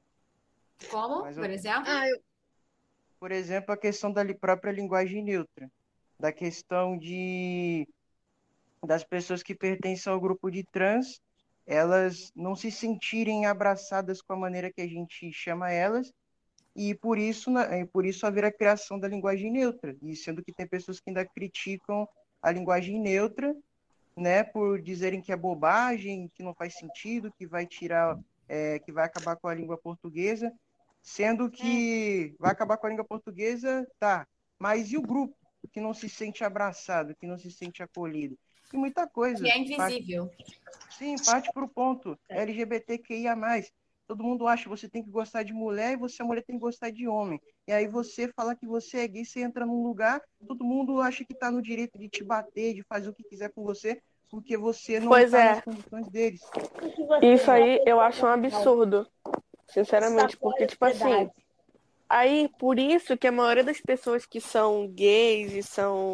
Como, Mas por eu... exemplo? Ah, eu... Por exemplo, a questão da própria linguagem neutra, da questão de das pessoas que pertencem ao grupo de trans, elas não se sentirem abraçadas com a maneira que a gente chama elas, e por isso, por isso haver a criação da linguagem neutra, e sendo que tem pessoas que ainda criticam a linguagem neutra, né, por dizerem que é bobagem, que não faz sentido, que vai tirar, é, que vai acabar com a língua portuguesa. Sendo que vai acabar com a língua portuguesa, tá. Mas e o grupo que não se sente abraçado, que não se sente acolhido? E muita coisa. Que é invisível. Parte... Sim, parte para o ponto. L G B T Q I A mais. Todo mundo acha que você tem que gostar de mulher e você, a mulher, tem que gostar de homem. E aí você fala que você é gay, você entra num lugar, todo mundo acha que está no direito de te bater, de fazer o que quiser com você, porque você não pois está é. nas condições deles. Isso aí eu acho um absurdo. Sinceramente, porque, tipo assim, aí, por isso que a maioria das pessoas que são gays e são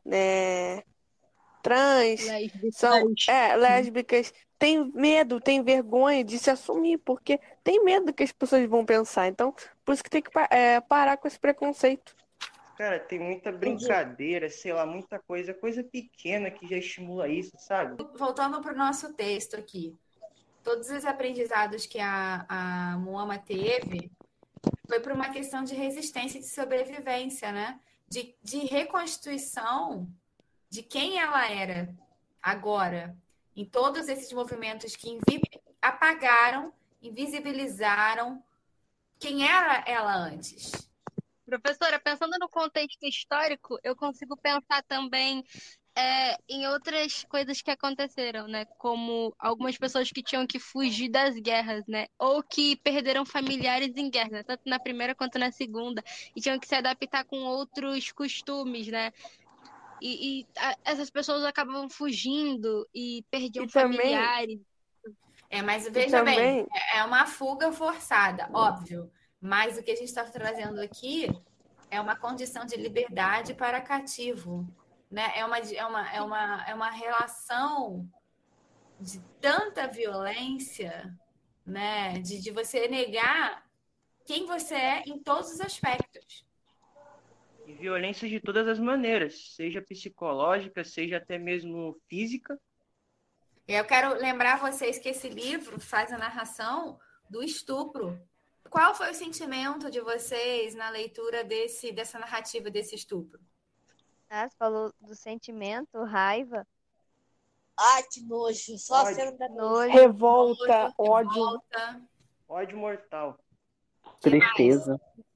né, trans, Lésbicas. são é, lésbicas, têm medo, têm vergonha de se assumir, porque tem medo do que as pessoas vão pensar. Então, por isso que tem que pa- é, parar com esse preconceito. Cara, tem muita brincadeira, sei lá, muita coisa, coisa pequena que já estimula isso, sabe? Voltando para o nosso texto aqui. Todos os aprendizados que a, a Moama teve foi por uma questão de resistência e de sobrevivência, né? De, de reconstituição de quem ela era agora, em todos esses movimentos que invi- apagaram, invisibilizaram quem era ela antes. Professora, pensando no contexto histórico, eu consigo pensar também é, em outras coisas que aconteceram, né? Como algumas pessoas que tinham que fugir das guerras, né? Ou que perderam familiares em guerra, né? Tanto na primeira quanto na segunda, e tinham que se adaptar com outros costumes, né? E, e a- essas pessoas acabavam fugindo e perdiam E também, familiares. É, mas e veja bem, também, é é uma fuga forçada, óbvio. Mas o que a gente está trazendo aqui é uma condição de liberdade para cativo, né? É uma, é uma, é uma, é uma relação de tanta violência, né? De, de você negar quem você é em todos os aspectos. E violência de todas as maneiras, seja psicológica, seja até mesmo física. Eu quero lembrar vocês que esse livro faz a narração do estupro. Qual foi o sentimento de vocês na leitura desse, dessa narrativa desse estupro? Ah, você falou do sentimento, raiva, Ai, que nojo. Só a Ódio, cena da nojo. revolta, Nojo, ódio, revolta, ódio mortal. que mais? Tristeza.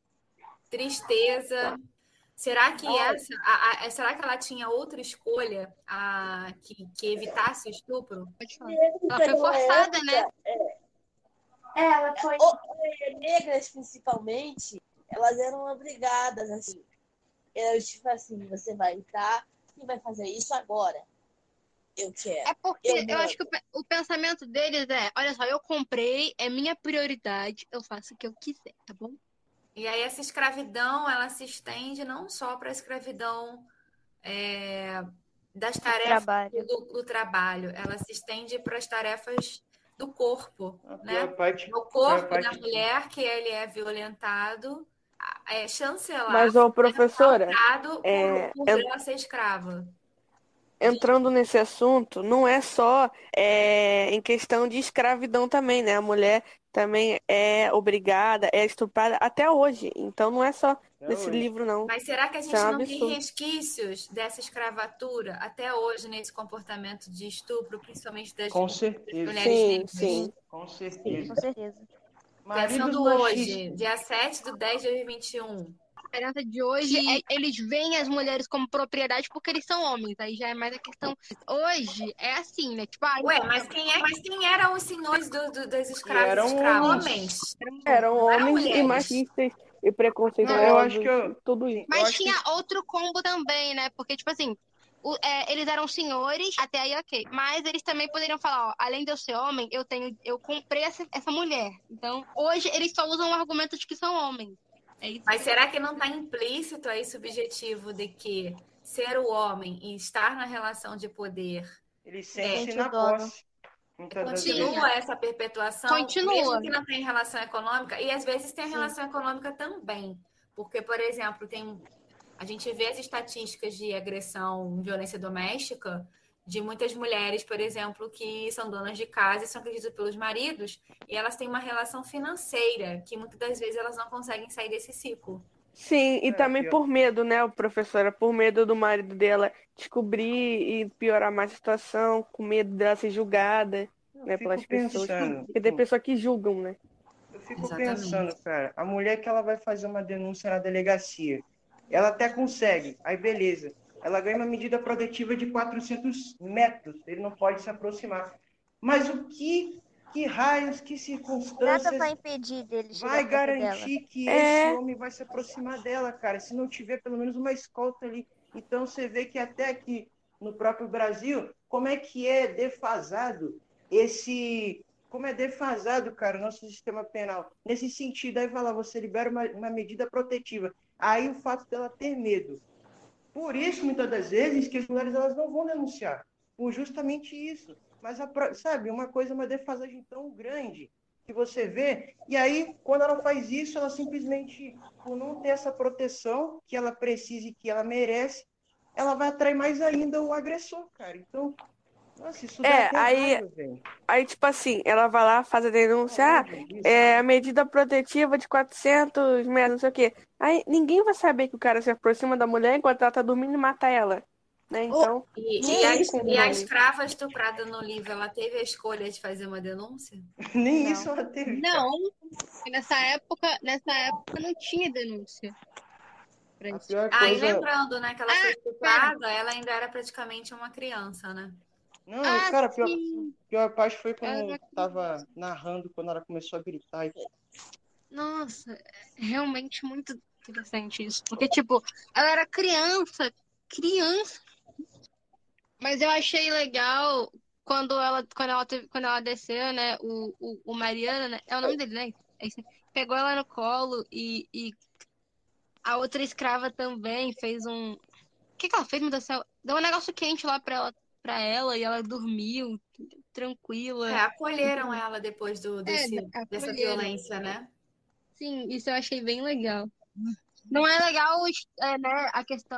Tristeza. Será que essa, a- a- será que ela tinha outra escolha a, que, que evitasse o estupro? Pode falar. Ela foi forçada, né? É, ela foi. Negras, principalmente, elas eram obrigadas, assim. Eu, tipo assim, você vai entrar e vai fazer isso agora. Eu quero. É porque Eu eu mando. acho que o, pe- o pensamento deles é, olha só, eu comprei, é minha prioridade, eu faço o que eu quiser, tá bom? E aí essa escravidão, ela se estende não só para a escravidão é, das tarefas Trabalho. do, do trabalho, ela se estende para as tarefas do corpo, A né? pior parte, No pior corpo da parte mulher, que ele é violentado, é chancelado, mas, ô, professora, maltratado por, é, por en- ela ser escrava. entrando nesse assunto, não é só é, em questão de escravidão também, né? A mulher também é obrigada, é estuprada até hoje. Então não é só até nesse hoje. livro, não. Mas será que a Isso gente é um não tem absurdo. resquícios dessa escravatura até hoje nesse comportamento de estupro, principalmente das Com das certeza, mulheres Sim, negras? sim. com Com certeza. certeza. Maridos Pensando machistas. hoje, dia sete de dez de dois mil e vinte e um. A diferença de hoje Que- é que eles veem as mulheres como propriedade porque eles são homens, aí já é mais a questão. Hoje é assim, né? Tipo, ah, Ué, mas quem, é, mas quem eram os senhores do, do, dos E escravos? eram escravos? homens. Homens. Eram Não eram homens e mulheres. machistas e Não, eu acho preconceituosos, que eu, tudo sim, isso. eu mas acho que tinha outro combo também, né? Porque, tipo assim, o- é, eles eram senhores, até aí ok. Mas eles também poderiam falar, ó, além de eu ser homem, eu tenho, eu comprei essa, essa mulher. Então, hoje eles só usam o argumento de que são homens. É isso. Mas será que não está implícito aí subjetivo de que ser o homem e estar na relação de poder ele sente-se Sente na o dono. posse, muitas das Sim. vezes. continua essa perpetuação, Continua. mesmo que não tenha relação econômica, e às vezes tem a relação econômica também. Porque, por exemplo, tem, a gente vê as estatísticas de agressão, violência doméstica, de muitas mulheres, por exemplo, que são donas de casa e são agredidas pelos maridos, e elas têm uma relação financeira, que muitas das vezes elas não conseguem sair desse ciclo. Sim, e É, também pior. por medo, né, professora? Por medo do marido dela descobrir e piorar mais a situação, com medo dela ser julgada, Eu né, fico pelas pessoas. pensando, Porque tem sim, pessoas que julgam, né? eu fico Exatamente. pensando, cara, a mulher que ela vai fazer uma denúncia na delegacia, ela até consegue, aí beleza, ela ganha uma medida protetiva de quatrocentos metros, ele não pode se aproximar. Mas o que, que raios, que Nada circunstâncias vai impedir dele chegar vai perto dela. garantir que É. esse homem vai se aproximar dela, cara, se não tiver pelo menos uma escolta ali? Então você vê que até aqui no próprio Brasil, como é que é defasado esse... Como é defasado, cara, o nosso sistema penal. Nesse sentido, aí vai lá, você libera uma, uma medida protetiva. Aí o fato dela ter medo Por isso, muitas das vezes, que as mulheres elas não vão denunciar, por justamente isso. Mas, a, sabe, uma coisa, uma defasagem tão grande que você vê, e aí, quando ela faz isso, ela simplesmente, por não ter essa proteção que ela precisa e que ela merece, ela vai atrair mais ainda o agressor, cara. Então, nossa, isso dá É, até aí, raiva, velho. aí, tipo assim, ela vai lá, faz a denúncia, ah, Raiva disso. é a medida protetiva de quatrocentos metros, não sei o quê. Aí ninguém vai saber que o cara se aproxima da mulher enquanto ela tá dormindo e mata ela, né? Então, E, não e, tem a, como. e a escrava estuprada no livro, ela teve a escolha de fazer uma denúncia? Nem Não. isso ela teve, cara. Não, porque nessa época, nessa época não tinha denúncia pra A isso. pior Ah, e coisa... lembrando, né, que ela Ah, foi estuprada, ela ainda era praticamente uma criança, né? Não, Ah, cara, a pior, sim. pior parte foi Ela quando era tava narrando, quando ela começou a gritar. E... Nossa, é realmente muito interessante isso. Porque, tipo, ela era criança, criança. Mas eu achei legal quando ela, quando ela, teve, quando ela desceu, né? O, o, o Mariana, né? É o nome dele, né? É isso. Pegou ela no colo e, e a outra escrava também fez um. O que que ela fez, meu Deus do céu? Deu um negócio quente lá pra ela, pra ela e ela dormiu É, tranquila. acolheram ela depois do, É, desse, dessa acolheram. violência, né? Sim, isso eu achei bem legal. Não é legal, é, né, a questão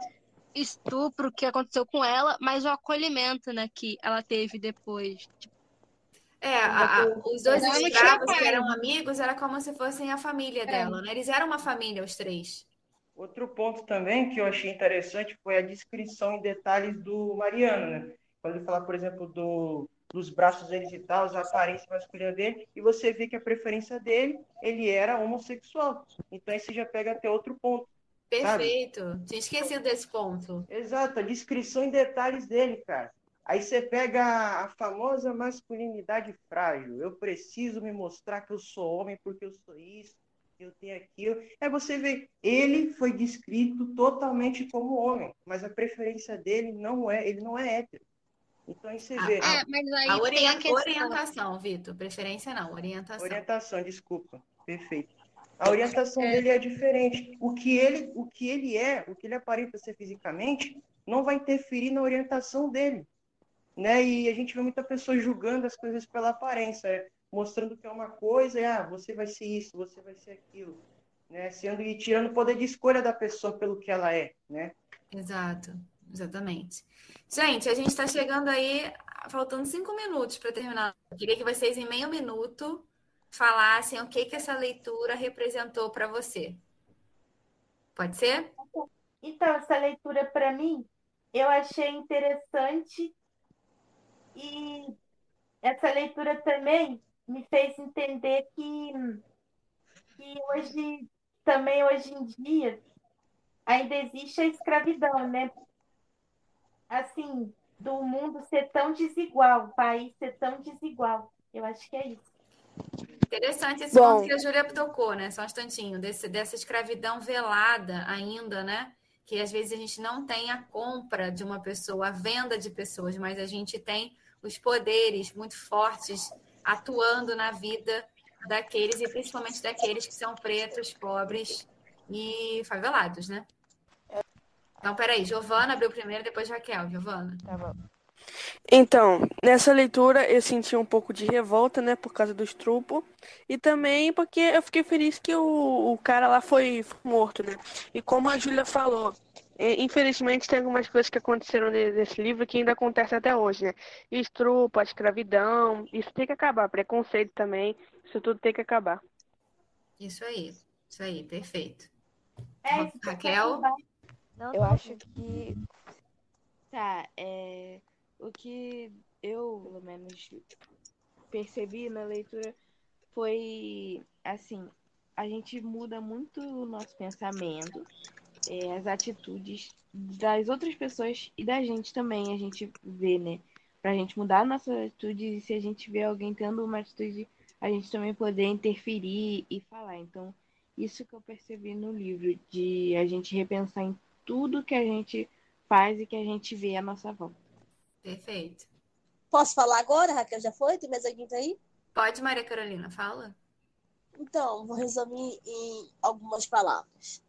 estupro que aconteceu com ela, mas o acolhimento, né, que ela teve depois. Tipo, É, a- a- os dois ela não tinha escravos que pai. eram amigos era como se fossem a família É, dela, né? Eles eram uma família, os três. Outro ponto também que eu achei interessante foi a descrição em detalhes do Mariano, né? Quando ele fala, por exemplo, do, dos braços dele e tal, a aparência masculina dele, e você vê que a preferência dele, ele era homossexual. Então aí você já pega até outro ponto, sabe? Perfeito. Tinha esquecido desse ponto. Exato, a descrição em detalhes dele, cara. Aí você pega a famosa masculinidade frágil. Eu preciso me mostrar que eu sou homem porque eu sou isso, que eu tenho aquilo. É você vê, ele foi descrito totalmente como homem, mas a preferência dele não é, ele não é hétero. Então aí você A, vê, a, é, mas a aí tem a orien- questão. orientação, Vitor. Preferência não, orientação. orientação, desculpa, perfeito. A orientação É, dele é diferente. O que ele, o que ele é, o que ele aparenta ser fisicamente, não vai interferir na orientação dele. Né? E a gente vê muita pessoa julgando as coisas pela aparência, né? Mostrando que é uma coisa, e, ah, você vai ser isso, você vai ser aquilo, né? Sendo e tirando o poder de escolha da pessoa pelo que ela é, né? Exato, exatamente. Gente, a gente está chegando aí, faltando cinco minutos para terminar. Eu queria que vocês, em meio minuto, falassem o que que essa leitura representou para você. Pode ser? Então, essa leitura, para mim, eu achei interessante e essa leitura também me fez entender que, que hoje, também hoje em dia, ainda existe a escravidão, né? Assim, do mundo ser tão desigual, o país ser tão desigual. Eu acho que é isso. Interessante esse Bom. ponto que a Júlia tocou, né? Só um instantinho, desse, dessa escravidão velada ainda, né? Que às vezes a gente não tem a compra de uma pessoa, a venda de pessoas, mas a gente tem os poderes muito fortes atuando na vida daqueles, e principalmente daqueles que são pretos, pobres e favelados, né? Então, peraí, Giovana abriu primeiro, depois Raquel. Giovana. Tá bom. Então, nessa leitura eu senti um pouco de revolta, né, por causa do estupro, e também porque eu fiquei feliz que o, o cara lá foi morto, né? E como a Júlia falou, é, infelizmente tem algumas coisas que aconteceram ne- nesse livro que ainda acontecem até hoje, né? Estupro, a escravidão, isso tem que acabar, preconceito também, isso tudo tem que acabar. Isso aí, isso aí, perfeito. É, isso tem que Raquel? acabar. Não, Eu tá acho bom. que, tá, é, o que eu, pelo menos, percebi na leitura foi, assim, a gente muda muito o nosso pensamento, é, as atitudes das outras pessoas e da gente também, a gente vê, né? Pra gente mudar a nossa atitude e se a gente vê alguém tendo uma atitude, a gente também poder interferir e falar. Então, isso que eu percebi no livro, de a gente repensar em tudo que a gente faz e que a gente vê à nossa volta. Perfeito. Posso falar agora, Raquel? Já foi? Tem mais alguém aí? Pode, Maria Carolina, fala. Então, vou resumir em algumas palavras.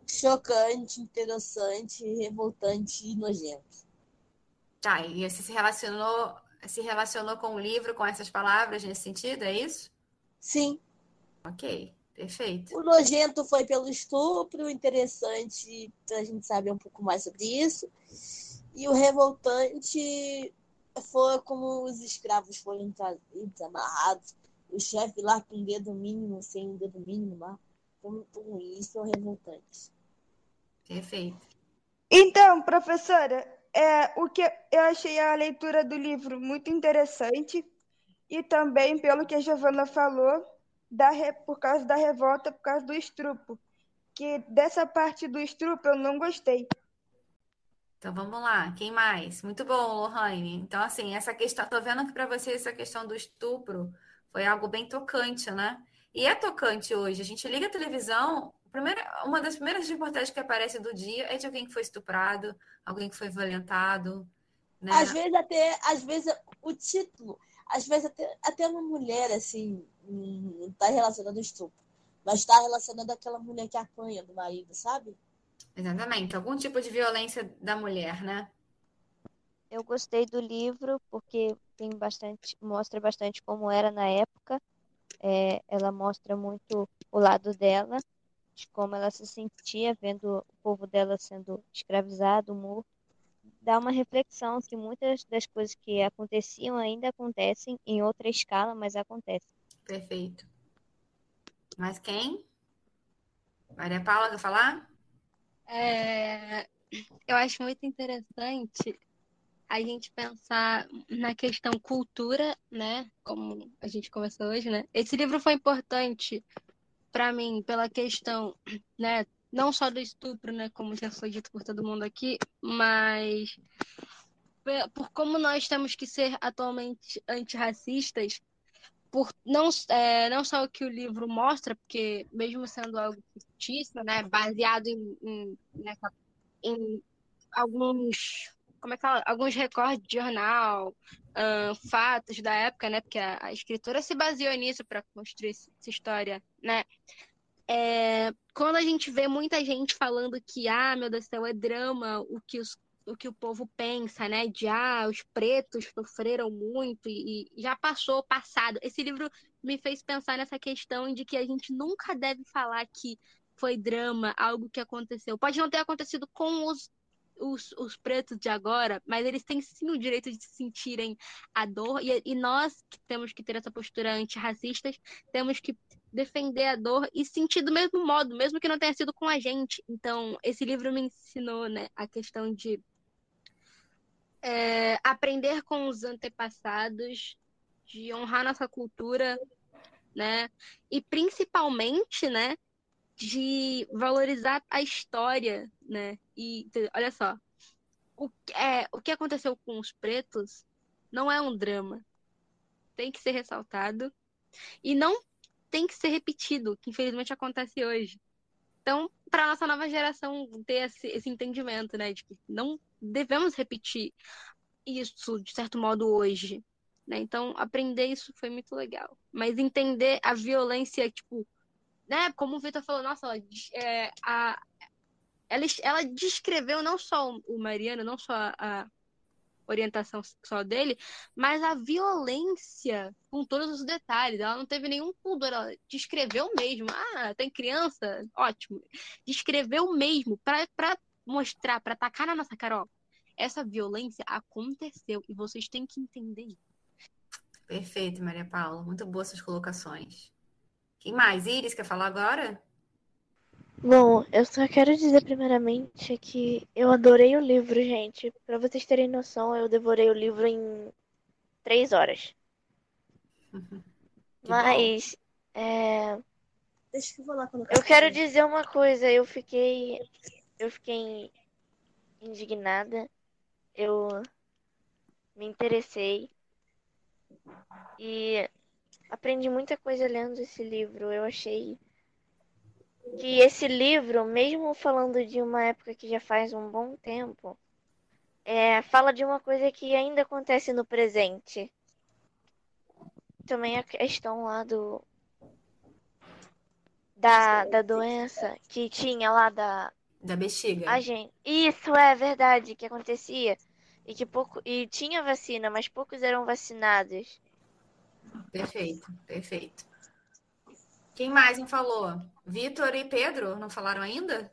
chocante, interessante, revoltante e nojento. Tá, e você se relacionou, se relacionou com o livro com essas palavras nesse sentido, é isso? Sim. Ok, perfeito. O nojento foi pelo estupro, o interessante pra gente saber um pouco mais sobre isso. E o revoltante foi como os escravos foram desamarrados. O chefe lá com o dedo mínimo, sem o dedo mínimo lá. Foi muito ruim. Isso é o revoltante. Perfeito. Então, professora, é, o que eu achei a leitura do livro muito interessante e também, pelo que a Giovana falou, da, re- por causa da revolta, por causa do estupro, que dessa parte do estupro eu não gostei. Então vamos lá, quem mais? Muito bom, Lohane. Então, assim, essa questão, tô vendo que para você essa questão do estupro foi algo bem tocante, né? E é tocante hoje. A gente liga a televisão, primeira, uma das primeiras reportagens que aparece do dia é de alguém que foi estuprado, alguém que foi violentado, né? Às vezes até, às vezes o título, às vezes até, até uma mulher, assim, não está relacionada ao estupro, mas está relacionada àquela mulher que apanha do marido, sabe? Exatamente, algum tipo de violência da mulher, né? Eu gostei do livro porque tem bastante, mostra bastante como era na época. É, ela mostra muito o lado dela, de como ela se sentia vendo o povo dela sendo escravizado, morto. Dá uma reflexão que muitas das coisas que aconteciam ainda acontecem em outra escala, mas acontecem. Perfeito. Mas quem? Maria Paula, quer falar? É, eu acho muito interessante a gente pensar na questão cultura, né? Como a gente conversou hoje, né? Esse livro foi importante para mim pela questão, né? Não só do estupro, né? Como já foi dito por todo mundo aqui, mas pe- por como nós temos que ser atualmente antirracistas, por não, é, não só o que o livro mostra, porque mesmo sendo algo fictício, né? Baseado em, em, nessa, em alguns, como é que fala? Alguns recortes de jornal, ahn, fatos da época, né? Porque a, a escritora se baseou nisso para construir essa história, né? É, quando a gente vê muita gente falando que, ah, meu Deus do céu, é drama o que os, o que o povo pensa, né? De, ah, os pretos sofreram muito e, e já passou, passado. Esse livro me fez pensar nessa questão de que a gente nunca deve falar que foi drama, algo que aconteceu. Pode não ter acontecido com os os, os pretos de agora, mas eles têm sim o direito de sentirem a dor, e, e nós que temos que ter essa postura antirracista, temos que defender a dor e sentir do mesmo modo, mesmo que não tenha sido com a gente. Então, esse livro me ensinou, né, a questão de é, aprender com os antepassados, de honrar nossa cultura, né, e principalmente, né, de valorizar a história, né? E olha só, o, é, o que aconteceu com os pretos não é um drama. Tem que ser ressaltado. E não tem que ser repetido, que infelizmente acontece hoje. Então, para a nossa nova geração ter esse, esse entendimento, né? De que não devemos repetir isso, de certo modo, hoje. Né? Então, aprender isso foi muito legal. Mas entender a violência, tipo, né? Como o Vitor falou, nossa, ela, é, a, ela, ela descreveu não só o Mariano, não só a orientação sexual dele, mas a violência com todos os detalhes. Ela não teve nenhum pudor, ela descreveu mesmo. Ah, tem criança? Ótimo. Descreveu mesmo para mostrar, para atacar na nossa cara, ó. Essa violência aconteceu e vocês têm que entender isso. Perfeito, Maria Paula. Muito boas suas colocações. Quem mais? Iris, quer falar agora? Bom, eu só quero dizer primeiramente que eu adorei o livro, gente. Pra vocês terem noção, eu devorei o livro em três horas. Que Mas, é, Deixa que eu vou lá colocar. eu quero dizer uma coisa. Eu fiquei, eu fiquei indignada. Eu me interessei e aprendi muita coisa lendo esse livro. Eu achei que esse livro, mesmo falando de uma época que já faz um bom tempo, é, fala de uma coisa que ainda acontece no presente. Também a questão lá do da, da doença que tinha lá da Da bexiga. A gente, isso é verdade que acontecia. E que pouco, e tinha vacina, mas poucos eram vacinados. Perfeito, perfeito. Quem mais não falou? Vitor e Pedro não falaram ainda?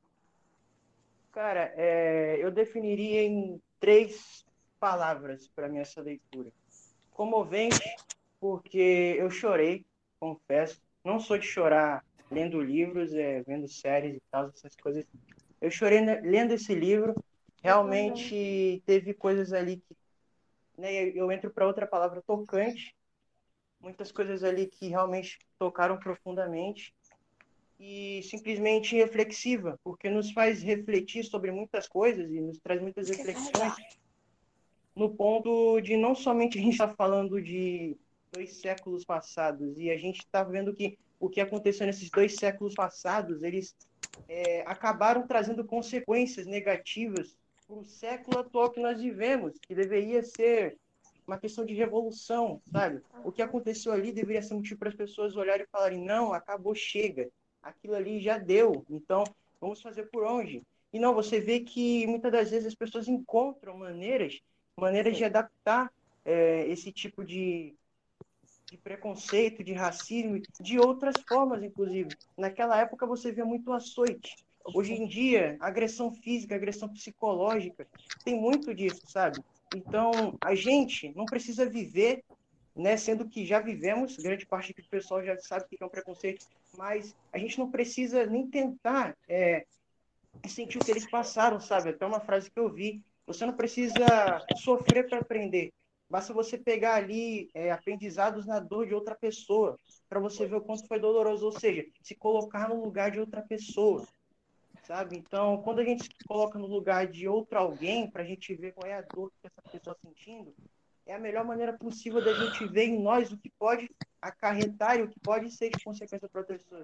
Cara, é, eu definiria em três palavras para mim essa leitura. Comovente, porque eu chorei, confesso. Não sou de chorar lendo livros, é, vendo séries e tal, essas coisas. Eu chorei né, lendo esse livro. Realmente teve coisas ali que, né, eu entro para outra palavra, tocante. Muitas coisas ali que realmente tocaram profundamente. E simplesmente reflexiva, porque nos faz refletir sobre muitas coisas e nos traz muitas reflexões no ponto de não somente a gente está falando de dois séculos passados, e a gente está vendo que o que aconteceu nesses dois séculos passados, eles é, acabaram trazendo consequências negativas para o século atual que nós vivemos, que deveria ser uma questão de revolução, sabe? O que aconteceu ali deveria ser motivo para as pessoas olharem e falarem, não, acabou, chega. Aquilo ali já deu, então vamos fazer por onde? E não, você vê que muitas das vezes as pessoas encontram maneiras, maneiras de adaptar é, esse tipo de, de preconceito, de racismo, de outras formas, inclusive. Naquela época você via muito açoite. Hoje em dia, agressão física, agressão psicológica, tem muito disso, sabe? Então, a gente não precisa viver, né, sendo que já vivemos, grande parte do pessoal já sabe o que é um preconceito, mas a gente não precisa nem tentar é, sentir o que eles passaram, sabe? Até uma frase que eu vi, você não precisa sofrer para aprender, basta você pegar ali é, aprendizados na dor de outra pessoa, para você ver o quanto foi doloroso, ou seja, se colocar no lugar de outra pessoa, sabe? Então, quando a gente se coloca no lugar de outro alguém, para a gente ver qual é a dor que essa pessoa está sentindo, é a melhor maneira possível da gente ver em nós o que pode acarretar e o que pode ser de consequência para outras pessoas.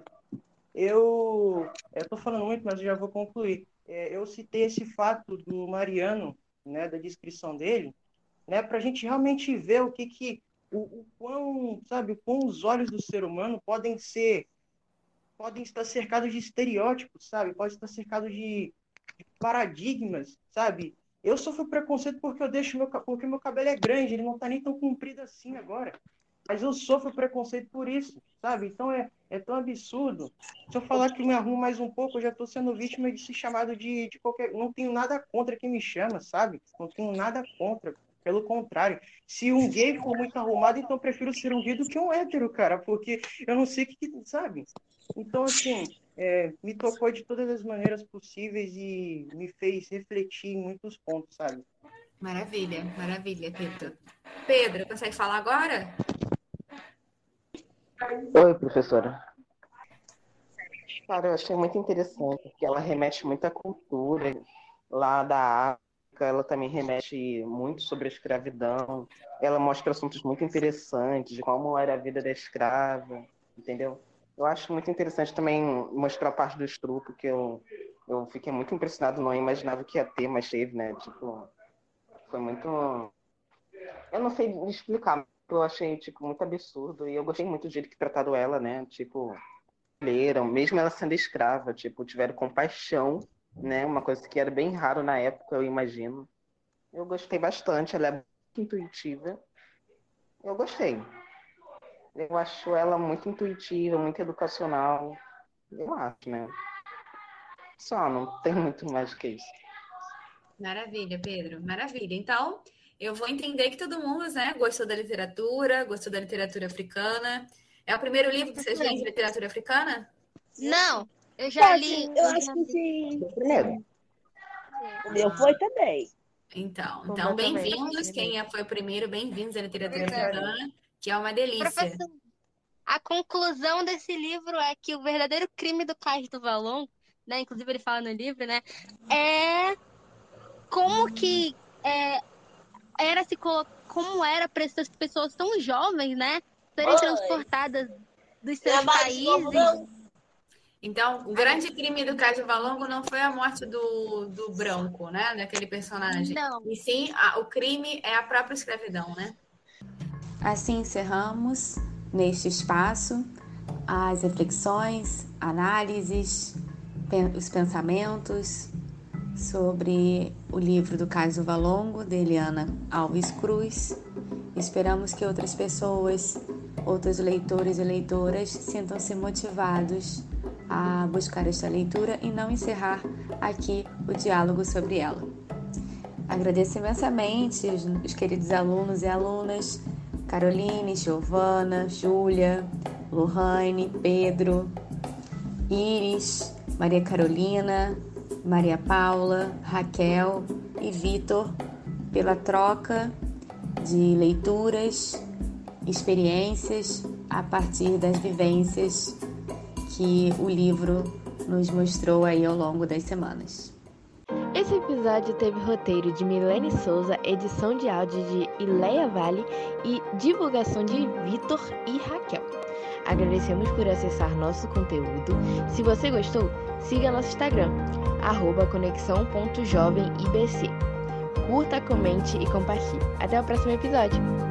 Eu estou falando muito, mas eu já vou concluir. É, eu citei esse fato do Mariano, né, da descrição dele, né, para a gente realmente ver o que que o, o quão, sabe, o quão os olhos do ser humano podem ser, podem estar cercados de estereótipos, sabe, podem estar cercados de, de paradigmas, sabe. Eu sofro preconceito porque eu deixo meu, porque meu cabelo é grande, ele não está nem tão comprido assim agora. Mas eu sofro preconceito por isso, sabe? Então é, é tão absurdo. Se eu falar que me arrumo mais um pouco, eu já estou sendo vítima de ser chamado de, de qualquer... Não tenho nada contra quem me chama, sabe? Não tenho nada contra. Pelo contrário. Se um gay for muito arrumado, então eu prefiro ser um gay do que um hétero, cara. Porque eu não sei o que... Sabe? Então, assim, é, me tocou de todas as maneiras possíveis e me fez refletir em muitos pontos, sabe? Maravilha, maravilha, Pedro. Pedro, consegue falar agora? Oi, professora. Cara, eu achei muito interessante, porque ela remete muito à cultura lá da África, ela também remete muito sobre a escravidão, ela mostra assuntos muito interessantes, de como era a vida da escrava, entendeu? Eu acho muito interessante também mostrar a parte do estupro, que eu, eu fiquei muito impressionado, não imaginava que ia ter, mas teve, né? Tipo, foi muito... Eu não sei explicar, eu achei, tipo, muito absurdo, e eu gostei muito do jeito que trataram ela, né, tipo, leram, mesmo ela sendo escrava, tipo, tiveram compaixão, né, uma coisa que era bem raro na época, eu imagino. Eu gostei bastante, ela é muito intuitiva, eu gostei. Eu acho ela muito intuitiva, muito educacional, eu acho, né. Só, não tem muito mais que isso. Maravilha, Pedro, maravilha. Então... eu vou entender que todo mundo, né, gostou da literatura, gostou da literatura africana. É o primeiro livro que vocês leem de literatura africana? Não, eu já li. Eu acho que sim. Primeiro. O meu foi também. Então, então bem-vindos. Quem foi o primeiro, bem-vindos à literatura africana, que é uma delícia. Professor, a conclusão desse livro é que o verdadeiro crime do Cais do Valongo, né, inclusive ele fala no livro, né, é como que é, era se colocar, como era para essas pessoas tão jovens, né, serem Oi. transportadas dos seus Trabalho de novo, países. não? Então, o grande crime do Cais do Valongo não foi a morte do, do Branco, né, daquele personagem. Não. E sim, a, o crime é a própria escravidão, né? Assim encerramos neste espaço as reflexões, análises os pensamentos sobre o livro do Caso Valongo, de Eliana Alves Cruz. Esperamos que outras pessoas, outros leitores e leitoras sintam-se motivados a buscar esta leitura e não encerrar aqui o diálogo sobre ela. Agradeço imensamente os, os queridos alunos e alunas, Caroline, Giovana, Júlia, Lohane, Pedro, Iris, Maria Carolina, Maria Paula, Raquel e Vitor, pela troca de leituras, experiências a partir das vivências que o livro nos mostrou aí ao longo das semanas. Esse episódio teve roteiro de Milene Souza, edição de áudio de Ileia Vale e divulgação de Vitor e Raquel. Agradecemos por acessar nosso conteúdo. Se você gostou, siga nosso Instagram, arroba conexão ponto jovem I B C. Curta, comente e compartilhe. Até o próximo episódio!